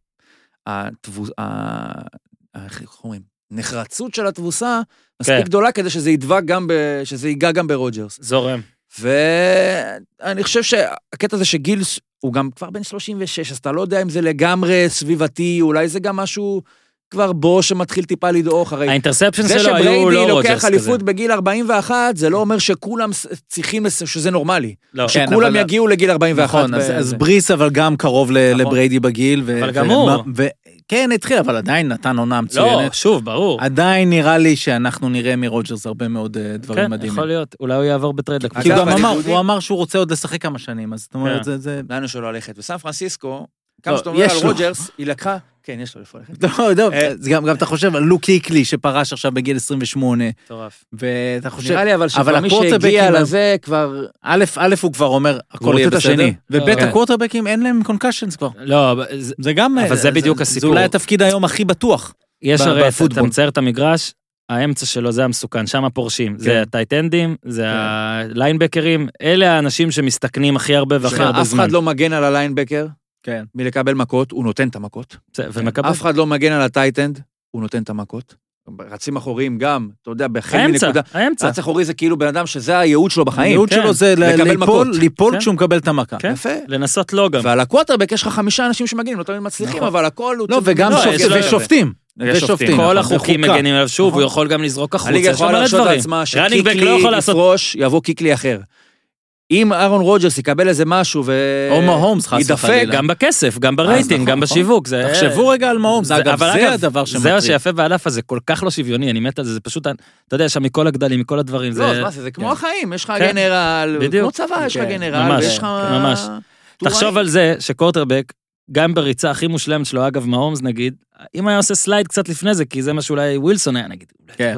הנחרצות של התבוסה, מספיק גדולה כדי שזה ידבק גם, שזה ייגע גם ברוג'רס. זורם. ואני חושב שהקטע הזה שגיל, הוא גם כבר בן שלושים ושש, אז אתה לא יודע אם זה לגמרי סביבתי, אולי זה גם משהו כבר בו שמתחיל טיפה לדעוך. האינטרספשן שלו היו לא רוג'רס כזה. זה שבריידי לוקח אליפות בגיל ארבעים ואחת, זה לא אומר שכולם צריכים, שזה נורמלי. שכולם יגיעו לגיל ארבעים ואחת. נכון, אז בריס אבל גם קרוב לבריידי בגיל. אבל גם הוא. כן, התחיל, אבל עדיין נתן עונה מצוינת. לא, שוב, ברור. עדיין נראה לי שאנחנו נראה מרוג'רס הרבה מאוד דברים מדהימים. כן, יכול להיות. אולי הוא יעבור בטרייד. כי הוא גם אמר, הוא אמר שהוא רוצה עוד לשחק כמה שנים, אז זאת אומרת, זה... לנו שלא הלכת. בסן פרנסיסקו, כמה שאתה אומר על רוג'רס, היא לקחה... כן, יש לו לפעול. לא, לא, גם אתה חושב על לוק קיקלי, שפרש עכשיו בגיל עשרים ושמונה. טורף. ואתה חושב... נראה לי אבל שכבר מי שהגיע לזה כבר... א', א', הוא כבר אומר, הכל יהיה בסדר. וב', הקוורטרבקים אין להם קונקשנס כבר. לא, זה גם... אבל זה בדיוק הסיפור. זה אולי התפקיד היום הכי בטוח. יש הרי, אתה מצייר את המגרש, האמצע שלו זה המסוכן, שם הפורשים. זה הטייטנדים, זה הליינבקרים, אלה האנשים שמסתכנים הכי הרבה והכי הרבה זמן. אף אחד לא מגן על הליינבקר. כן. מלקבל מכות, הוא נותן את המכות. ומקבל. אף אחד לא מגן על הטייטנד, הוא נותן את המכות. רצים אחוריים גם, אתה יודע, בחל מנקודה. האמצע. רץ אחורי זה כאילו בן אדם שזה הייעוד שלו בחיים. הייעוד שלו זה ליפול כשהוא מקבל את המכה. יפה. לנסות לא גם. ועל הקווטרבק יש לך חמישה אנשים שמגנים, לא תמיד מצליחים, אבל הכל הוא... לא, וגם ושופטים. ושופטים. כל החוקים מגנים עליו שוב, הוא יכול גם לזרוק החוצה. הליגה יכולה להרשות לעצמה שקיקלי יפרוש, יבוא קיקלי אחר. אם אהרון רוג'רס יקבל איזה משהו ו... או מהומס חס וחלילה. גם בכסף, גם ברייטינג, גם בשיווק. תחשבו רגע על מהומס, אגב, זה הדבר שמטריד. זה מה שיפה בענף הזה, כל כך לא שוויוני, אני מת על זה, זה פשוט, אתה יודע, שם מכל הגדלים, מכל הדברים. לא, זה כמו החיים, יש לך גנרל, כמו צבא, יש לך גנרל, ויש לך... ממש. תחשוב על זה שקורטרבק, גם בריצה הכי מושלמת שלו, אגב, מהומס נגיד, אם היה עושה סלייד קצת לפני זה, כי זה מה שאולי ווילסון היה נגיד,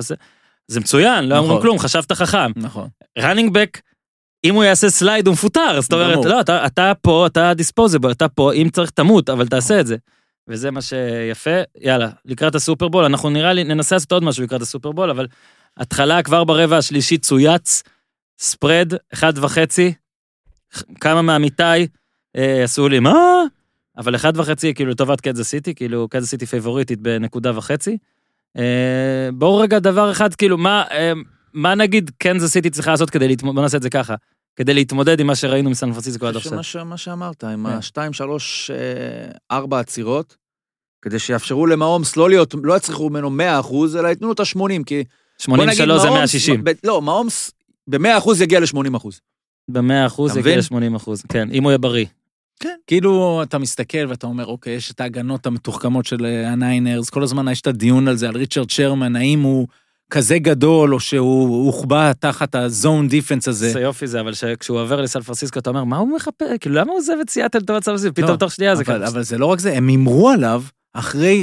זה מצוין, לא אמרו כלום, חשבת חכם. נכון. running back, אם הוא יעשה סלייד הוא מפוטר, זאת אומרת, לא, אתה, אתה פה, אתה דיספוזיבל, אתה פה, אם צריך תמות, אבל תעשה את זה. וזה מה שיפה, יאללה, לקראת הסופרבול, אנחנו נראה לי, ננסה לעשות עוד משהו לקראת הסופרבול, אבל התחלה כבר ברבע השלישי צויץ, ספרד, אחד וחצי, כמה מהמיתי, אה, עשו לי, מה? אבל אחד וחצי, כאילו, לטובת קנזס סיטי, כאילו, קנזס סיטי פייבוריטית בנקודה וחצי. אה, בואו רגע דבר אחד, כאילו, מה... אה, מה נגיד קנזס סיטי צריכה לעשות כדי להתמודד, בוא נעשה את זה ככה, כדי להתמודד עם מה שראינו מסן פרנסיסקו עד עכשיו. מה שאמרת, עם השתיים, שלוש, ארבע עצירות, כדי שיאפשרו למהומס לא להיות, לא יצריכו ממנו מאה אחוז, אלא יתנו לו את ה-שמונים, כי... שמונים ושלוש זה מאה שישים. לא, מהומס ב-מאה אחוז יגיע ל-שמונים אחוז. ב-מאה אחוז יגיע ל-שמונים אחוז, כן, אם הוא יהיה בריא. כן. כאילו אתה מסתכל ואתה אומר, אוקיי, יש את ההגנות המתוחכמות של הניינרס, כל הזמן יש את הדיון על זה, על ריצ'רד שרמן, האם הוא כזה גדול, או שהוא הוחבא תחת הזון דיפנס הזה. זה יופי זה, אבל כשהוא עובר לסן פרנסיסקו, אתה אומר, מה הוא מחפש? כאילו, למה הוא עוזב את סיאטל לטובת סן פרנסיסקו? פתאום תוך שנייה זה ככה. אבל זה לא רק זה, הם אמרו עליו, אחרי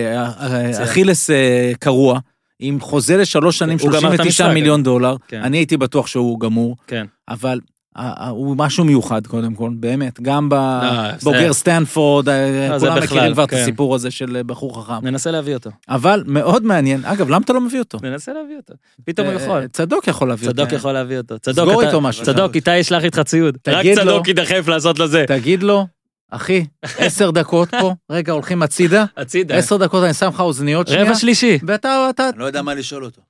אכילס קרוע, עם חוזה לשלוש שנים, שלושים ותשעה מיליון דולר, אני הייתי בטוח שהוא גמור, אבל... הוא משהו מיוחד קודם כל, באמת, גם בבוגר סטנפורד, כולם מכירים כבר את הסיפור הזה של בחור חכם. ננסה להביא אותו. אבל מאוד מעניין, אגב, למה אתה לא מביא אותו? ננסה להביא אותו. פתאום הוא יכול. צדוק יכול להביא אותו. צדוק יכול להביא אותו. סגור איתו משהו. צדוק, איתי ישלח איתך ציוד. רק צדוק ידחף לעשות לזה. תגיד לו, אחי, עשר דקות פה, רגע, הולכים הצידה, הצידה. עשר דקות אני שם לך אוזניות שנייה, רבע שלישי. ואתה, אתה... אני לא יודע מה לשאול אותו.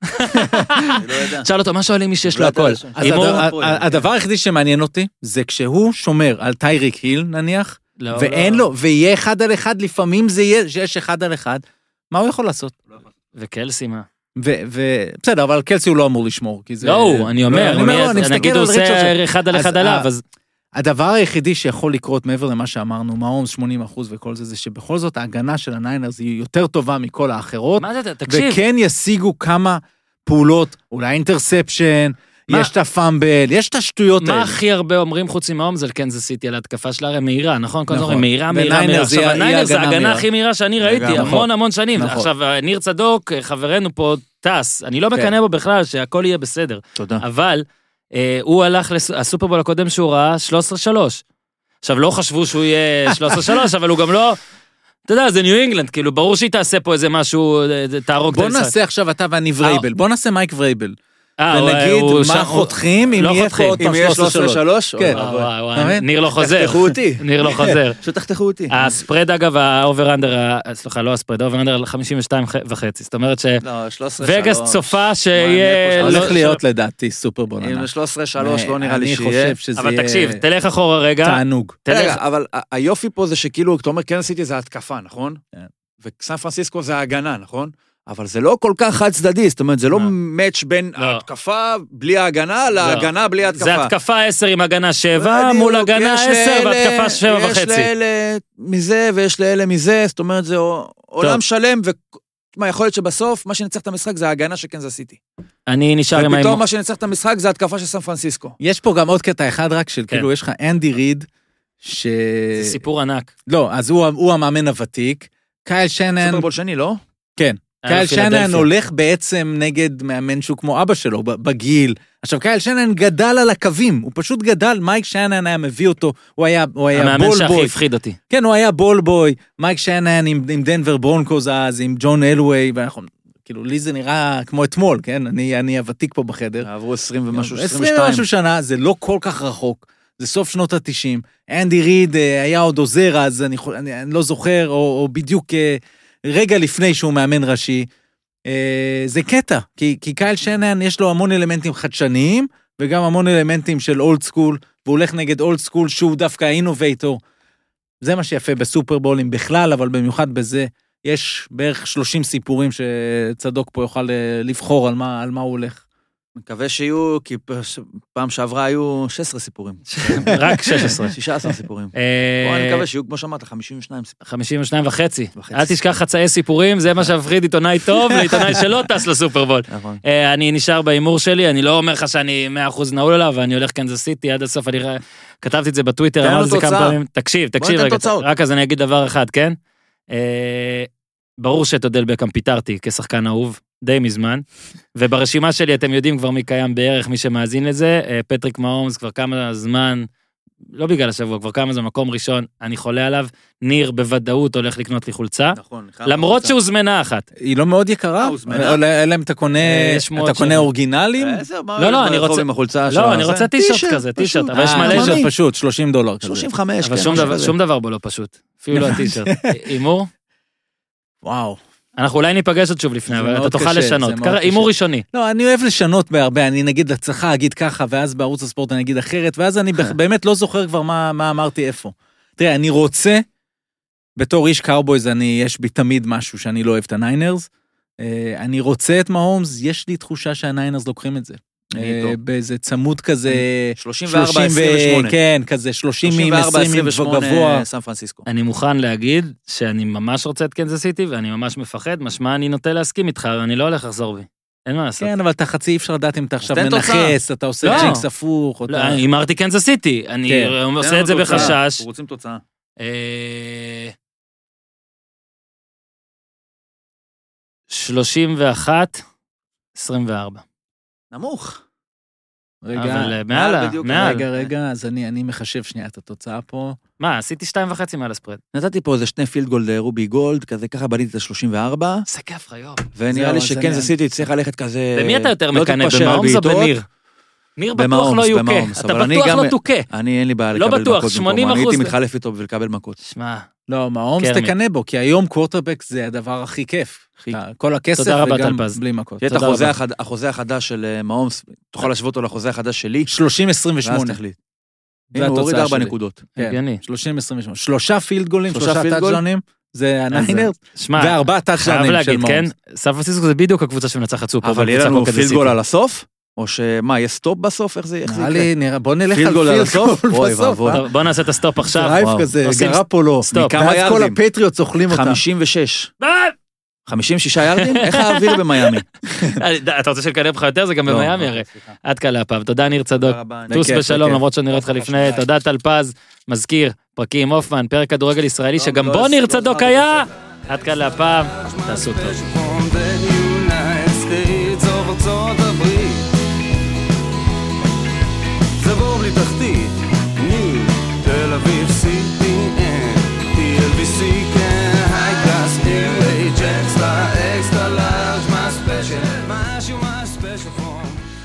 אני לא יודע. שאל אותו, מה שואלים מי שיש לו לא יודע הכל? לשאול. אז הימור? הד- ה- הדבר היחידי שמעניין אותי, זה כשהוא שומר על טייריק היל, נניח, לא, ואין לא. לו, ויהיה אחד על אחד, לפעמים זה יהיה שיש אחד על אחד, מה הוא יכול לעשות? וקלסי מה? ובסדר, אבל קלסי הוא לא אמור לשמור, כי זה... לא, אני אומר, אני אומר, אם אני יהיה- מסתכל נגיד על הוא ריצ'רד ש- עושה אחד על אז אחד ה- עליו, אז הדבר היחידי שיכול לקרות מעבר למה שאמרנו, מהאומס שמונים אחוז וכל זה, זה שבכל זאת ההגנה של הניינרס היא יותר טובה מכל האחרות, מה זה, תקשיב, וכן ישיגו כמה פעולות, אולי אינטרספשן, מה? יש את הפאמבל, יש את השטויות מה האלה. הכי הרבה אומרים חוץ ממהומס על קנזס סיטי, על ההתקפה שלה, הרי מהירה, נכון? כל הזמן נכון. אומרים, מהירה, מהירה, וניינרס מהירה. היא- עכשיו, היא הניינרס זה הגנה ההגנה מהירה. הכי מהירה שאני ראיתי, לגמרי. המון המון שנים. נכון. עכשיו, ניר צדוק, חברנו פה, טס, אני לא כן. מקנא בו בכלל, שהכל יהיה בסדר. תודה. אבל אה, הוא הלך לסופרבול הקודם שהוא ראה שלוש עשרה שלוש. עכשיו, לא חשבו שהוא יהיה שלוש עשרה שלוש, אבל הוא גם לא... אתה יודע, זה ניו אינגלנד, כאילו, ברור שהיא תעשה פה איזה משהו, אה, תהרוג את בוא המשחק. נעשה עכשיו אתה ואני ורייבל, בוא נעשה מייק ורייבל, אה, הוא- ונגיד הוא מה שם- חותכים אם לא יהיה חותכים. פה עוד פעם אם יש שלוש עשרה שלוש. כן. וואו, וואו, וואו, אתה מבין? ניר לא חוזר. תחתכו אותי. ניר לא חוזר. פשוט תחתכו אותי. הספרד אגב, האובר-אנדר, סליחה, לא הספרד, האובר-אנדר חמישים ושתיים וחצי, זאת אומרת לא, שלוש עשרה שווגאס שלוש. צופה שיהיה... לא, לא- הולך להיות לדעתי סופרבול אם ענק. שלוש עשרה שלוש לא נראה לי אני שיהיה. חושב שזה אבל יהיה תקשיב, תלך אחורה רגע, תענוג. תלך... רגע, אבל ה- היופי פה זה שכאילו, אתה אומר, קנזס סיטי זה התקפה, נכון? כן. וסן פרנסיסקו זה ההגנה, נכון? אבל זה לא כל כך חד צדדי, זאת אומרת, זה לא לא. מאץ' בין לא. ההתקפה בלי ההגנה להגנה בלי ההתקפה. זה התקפה עשר עם הגנה שבע, בדיוק, מול הגנה יש עשר לאלה- והתקפה שבע יש וחצי. לאלה מזה ויש לאלה מזה, זאת אומרת, זה עולם שלם, ומה, יכול להיות שבסוף, מה שנצח את המשחק זה ההגנה של קנזס סיטי. אני נשאר עם ופתאום ההימור. מה שנצח את המשחק זה התקפה של סן פרנסיסקו. יש פה גם עוד קטע אחד רק של כאילו יש לך אנדי ריד, ש... זה סיפור ענק. לא, אז הוא הוא המאמן הוותיק, קייל שנן, סופרבול שני, לא? כן, היה קייל שנן פילדלפיה. הולך בעצם נגד מאמן שהוא כמו אבא שלו, בגיל. עכשיו, קייל שנן גדל על הקווים, הוא פשוט גדל, מייק שנן היה מביא אותו, הוא היה, הוא היה המאמן בול שהכי בוי. הפחיד אותי. כן, הוא היה בול בוי, מייק שנן עם, עם דנבר ברונקוז אז, עם ג'ון אלווי, ואנחנו, כאילו, לי זה נראה כמו אתמול, כן? אני, אני הוותיק פה בחדר. עברו עשרים ומשהו, עשרים עשרים ושתיים. ומשהו שנה, זה לא כל כך רחוק, זה סוף שנות התשעים. אנדי ריד אה, היה עוד עוזר אז, אני, יכול- אני, אני לא זוכר, או, או בדיוק אה, רגע לפני שהוא מאמן ראשי. אה, זה קטע, כי, כי קייל שנן יש לו המון אלמנטים חדשניים, וגם המון אלמנטים של אולד סקול, והוא הולך נגד אולד סקול שהוא דווקא האינובייטור. זה מה שיפה בסופרבולים בכלל, אבל במיוחד בזה, יש בערך שלושים סיפורים שצדוק פה יוכל אה, לבחור על מה, על מה הוא הולך. מקווה שיהיו, כי פ- פעם שעברה היו שש עשרה סיפורים. רק שש עשרה. שישה עשר סיפורים. אה, פה אני מקווה שיהיו, כמו שאמרת, חמישים ושניים סיפורים. חמישים ושניים וחצי. וחצי. אל תשכח חצאי סיפורים, זה מה שהפחיד עיתונאי טוב לעיתונאי שלא טס לסופרבול. נכון. אה, אני נשאר בהימור שלי, אני לא אומר לך שאני מאה אחוז נעול עליו, ואני הולך קנזס סיטי עד הסוף, אני ר- כתבתי את זה בטוויטר, תן לנו אמרתי את זה כמה תוצאה. פעמים. תקשיב, בוא תקשיב ניתן רגע, תוצאות. רק אז אני אגיד דבר אחד, כן? אה, ברור שאת אודל בקאם פיטרתי כשחקן אהוב, די מזמן, וברשימה שלי אתם יודעים כבר מי קיים בערך, מי שמאזין לזה, אה, פטריק מהומס כבר כמה זמן, לא בגלל השבוע, כבר כמה זמן, מקום ראשון, אני חולה עליו, ניר בוודאות הולך לקנות לי חולצה, נכון. למרות שהוא זמנה אחת. היא לא מאוד יקרה, אה, הוא זמנה. אלא אם אתה קונה, אה, יש שמועות אתה קונה ש- אורגינלים, לא, לא, אני רוצה- עם החולצה לא, אני רוצה טישרט טישרט, כזה, פשוט. טישרט, אבל יש אה, מלא טישרט שם. פשוט, שלושים דולר כזה. שלושים וחמש, אבל כן, שום משהו דבר, כזה. שום דבר בו לא פשוט, אפילו לא הטישרט. הימור? וואו. אנחנו אולי ניפגש עוד שוב לפני, זה אבל אתה מאוד תוכל קשה, לשנות. זה מאוד קרה, קשה. הימור ראשוני. לא, אני אוהב לשנות בהרבה, אני נגיד לצלחה אגיד ככה, ואז בערוץ הספורט אני אגיד אחרת, ואז אני באמת לא זוכר כבר מה, מה אמרתי איפה. תראה, אני רוצה, בתור איש קאובויז, אני, יש בי תמיד משהו שאני לא אוהב את הניינרס, אה, אני רוצה את מהומס, יש לי תחושה שהניינרס לוקחים את זה. אני אה, איתו. באיזה צמוד כזה, שלושים וארבע עשרים ו- ושמונה. כן, כזה שלושים עם עשרים גבוה. ושמונה, סן פרנסיסקו. אני מוכן להגיד שאני ממש רוצה את קנזס סיטי, ואני ממש מפחד, משמע אני נוטה להסכים איתך, ואני לא הולך לחזור בי. אין מה לעשות. כן, אבל אתה חצי אי אפשר לדעת אם אתה עכשיו תן תוצאה. מנחס, אתה עושה לא. ג'ינקס הפוך, או לא, אתה... הימרתי קנזס סיטי, אני כן. עושה את זה בחשש. אנחנו רוצים תוצאה. אה, שלושים ואחת, עשרים וארבע. נמוך. רגע, אבל אה, מעל, בדיוק, מעל. רגע, רגע, אז אני, אני מחשב שנייה את התוצאה פה. מה, עשיתי שתיים וחצי מעל הספרד. נתתי פה איזה שני פילד גולד רובי גולד, כזה ככה בניתי את ה-שלושים וארבע, זה כיף לך, יואב. ונראה זהו, לי אז שקנזס אני- סיטי צריך ללכת כזה... במי אתה יותר לא מקנא, תתפשר על במהומס או בעיטות. בניר? ניר בטוח במעומס, לא יוקה, במעומס, אתה אבל אני בטוח גם- לא תוקה. אני אין לי בעיה לא לקבל בטוח, מכות שמונים במקומו, אני אחוז הייתי ל- מתחלף איתו ולקבל מכות. שמע, לא, מהאומס קרמי. תקנה בו, כי היום קוורטרבק זה הדבר הכי כיף. הכי- אתה- כל הכסף תודה רבה, וגם טלפז. בלי מכות. תהיה את תודה החוזה רבה. החד- החוזה החדש של אה, מעומס, תוכל להשוות אותו לחוזה החדש שלי, שלושים עשרים ואז ושמונה. תחליט. זה הנה, הוא הוריד התוצאה ארבע שלי. נקודות. כן, הגיוני. שלושים עשרים ושמונה. שלושה פילד גולים, שלושה שלושה פילד גול? טאצ'דאונים, זה הניינרס, שמע, וארבעה חייב טאצ'דאונים של להגיד, כן, מעומס. סן פרנסיסקו זה בדיוק הקבוצה שמנצחת סופר. אבל יהיה לנו פילד גול על הסוף? או שמה, יהיה סטופ בסוף? איך זה איך זה נראה יקרה? לי, נראה, בוא נלך פילד על גול על פילד הסוף? גול אוי בסוף. ואבוי. אה? טוב, בוא נעשה את הסטופ עכשיו. דרייב וואו. כזה, עושים גרפולו. סטופ. מכמה ואז כל ירדים? הפטריוט אוכלים אותה. חמישים ושש. אה! חמישים ושישה ירדים? איך האוויר במיאמי? אתה רוצה שנקדם לך יותר? זה גם לא, במיאמי הרי. עד כאן להפעם. תודה ניר צדוק. טוס בכיף, בשלום, בכיף. למרות שאני רואה אותך לפני. תודה טלפז, מזכיר, פרקים עם הופמן, פרק כדורגל ישראלי, שגם לא, בו לא, ניר לא צדוק זכרתי היה. עד כאן להפעם, תעשו טוב. From the United States of ארצות הברית. זה בור בלי תחתית, ניו, תל אביב, סי פי אן, טי אל בי סי, כן, היי קלאס, ניו אייג' אקסטרה, אקסטרה לארג', מה ספיישל, משהו מה ספיישל פרום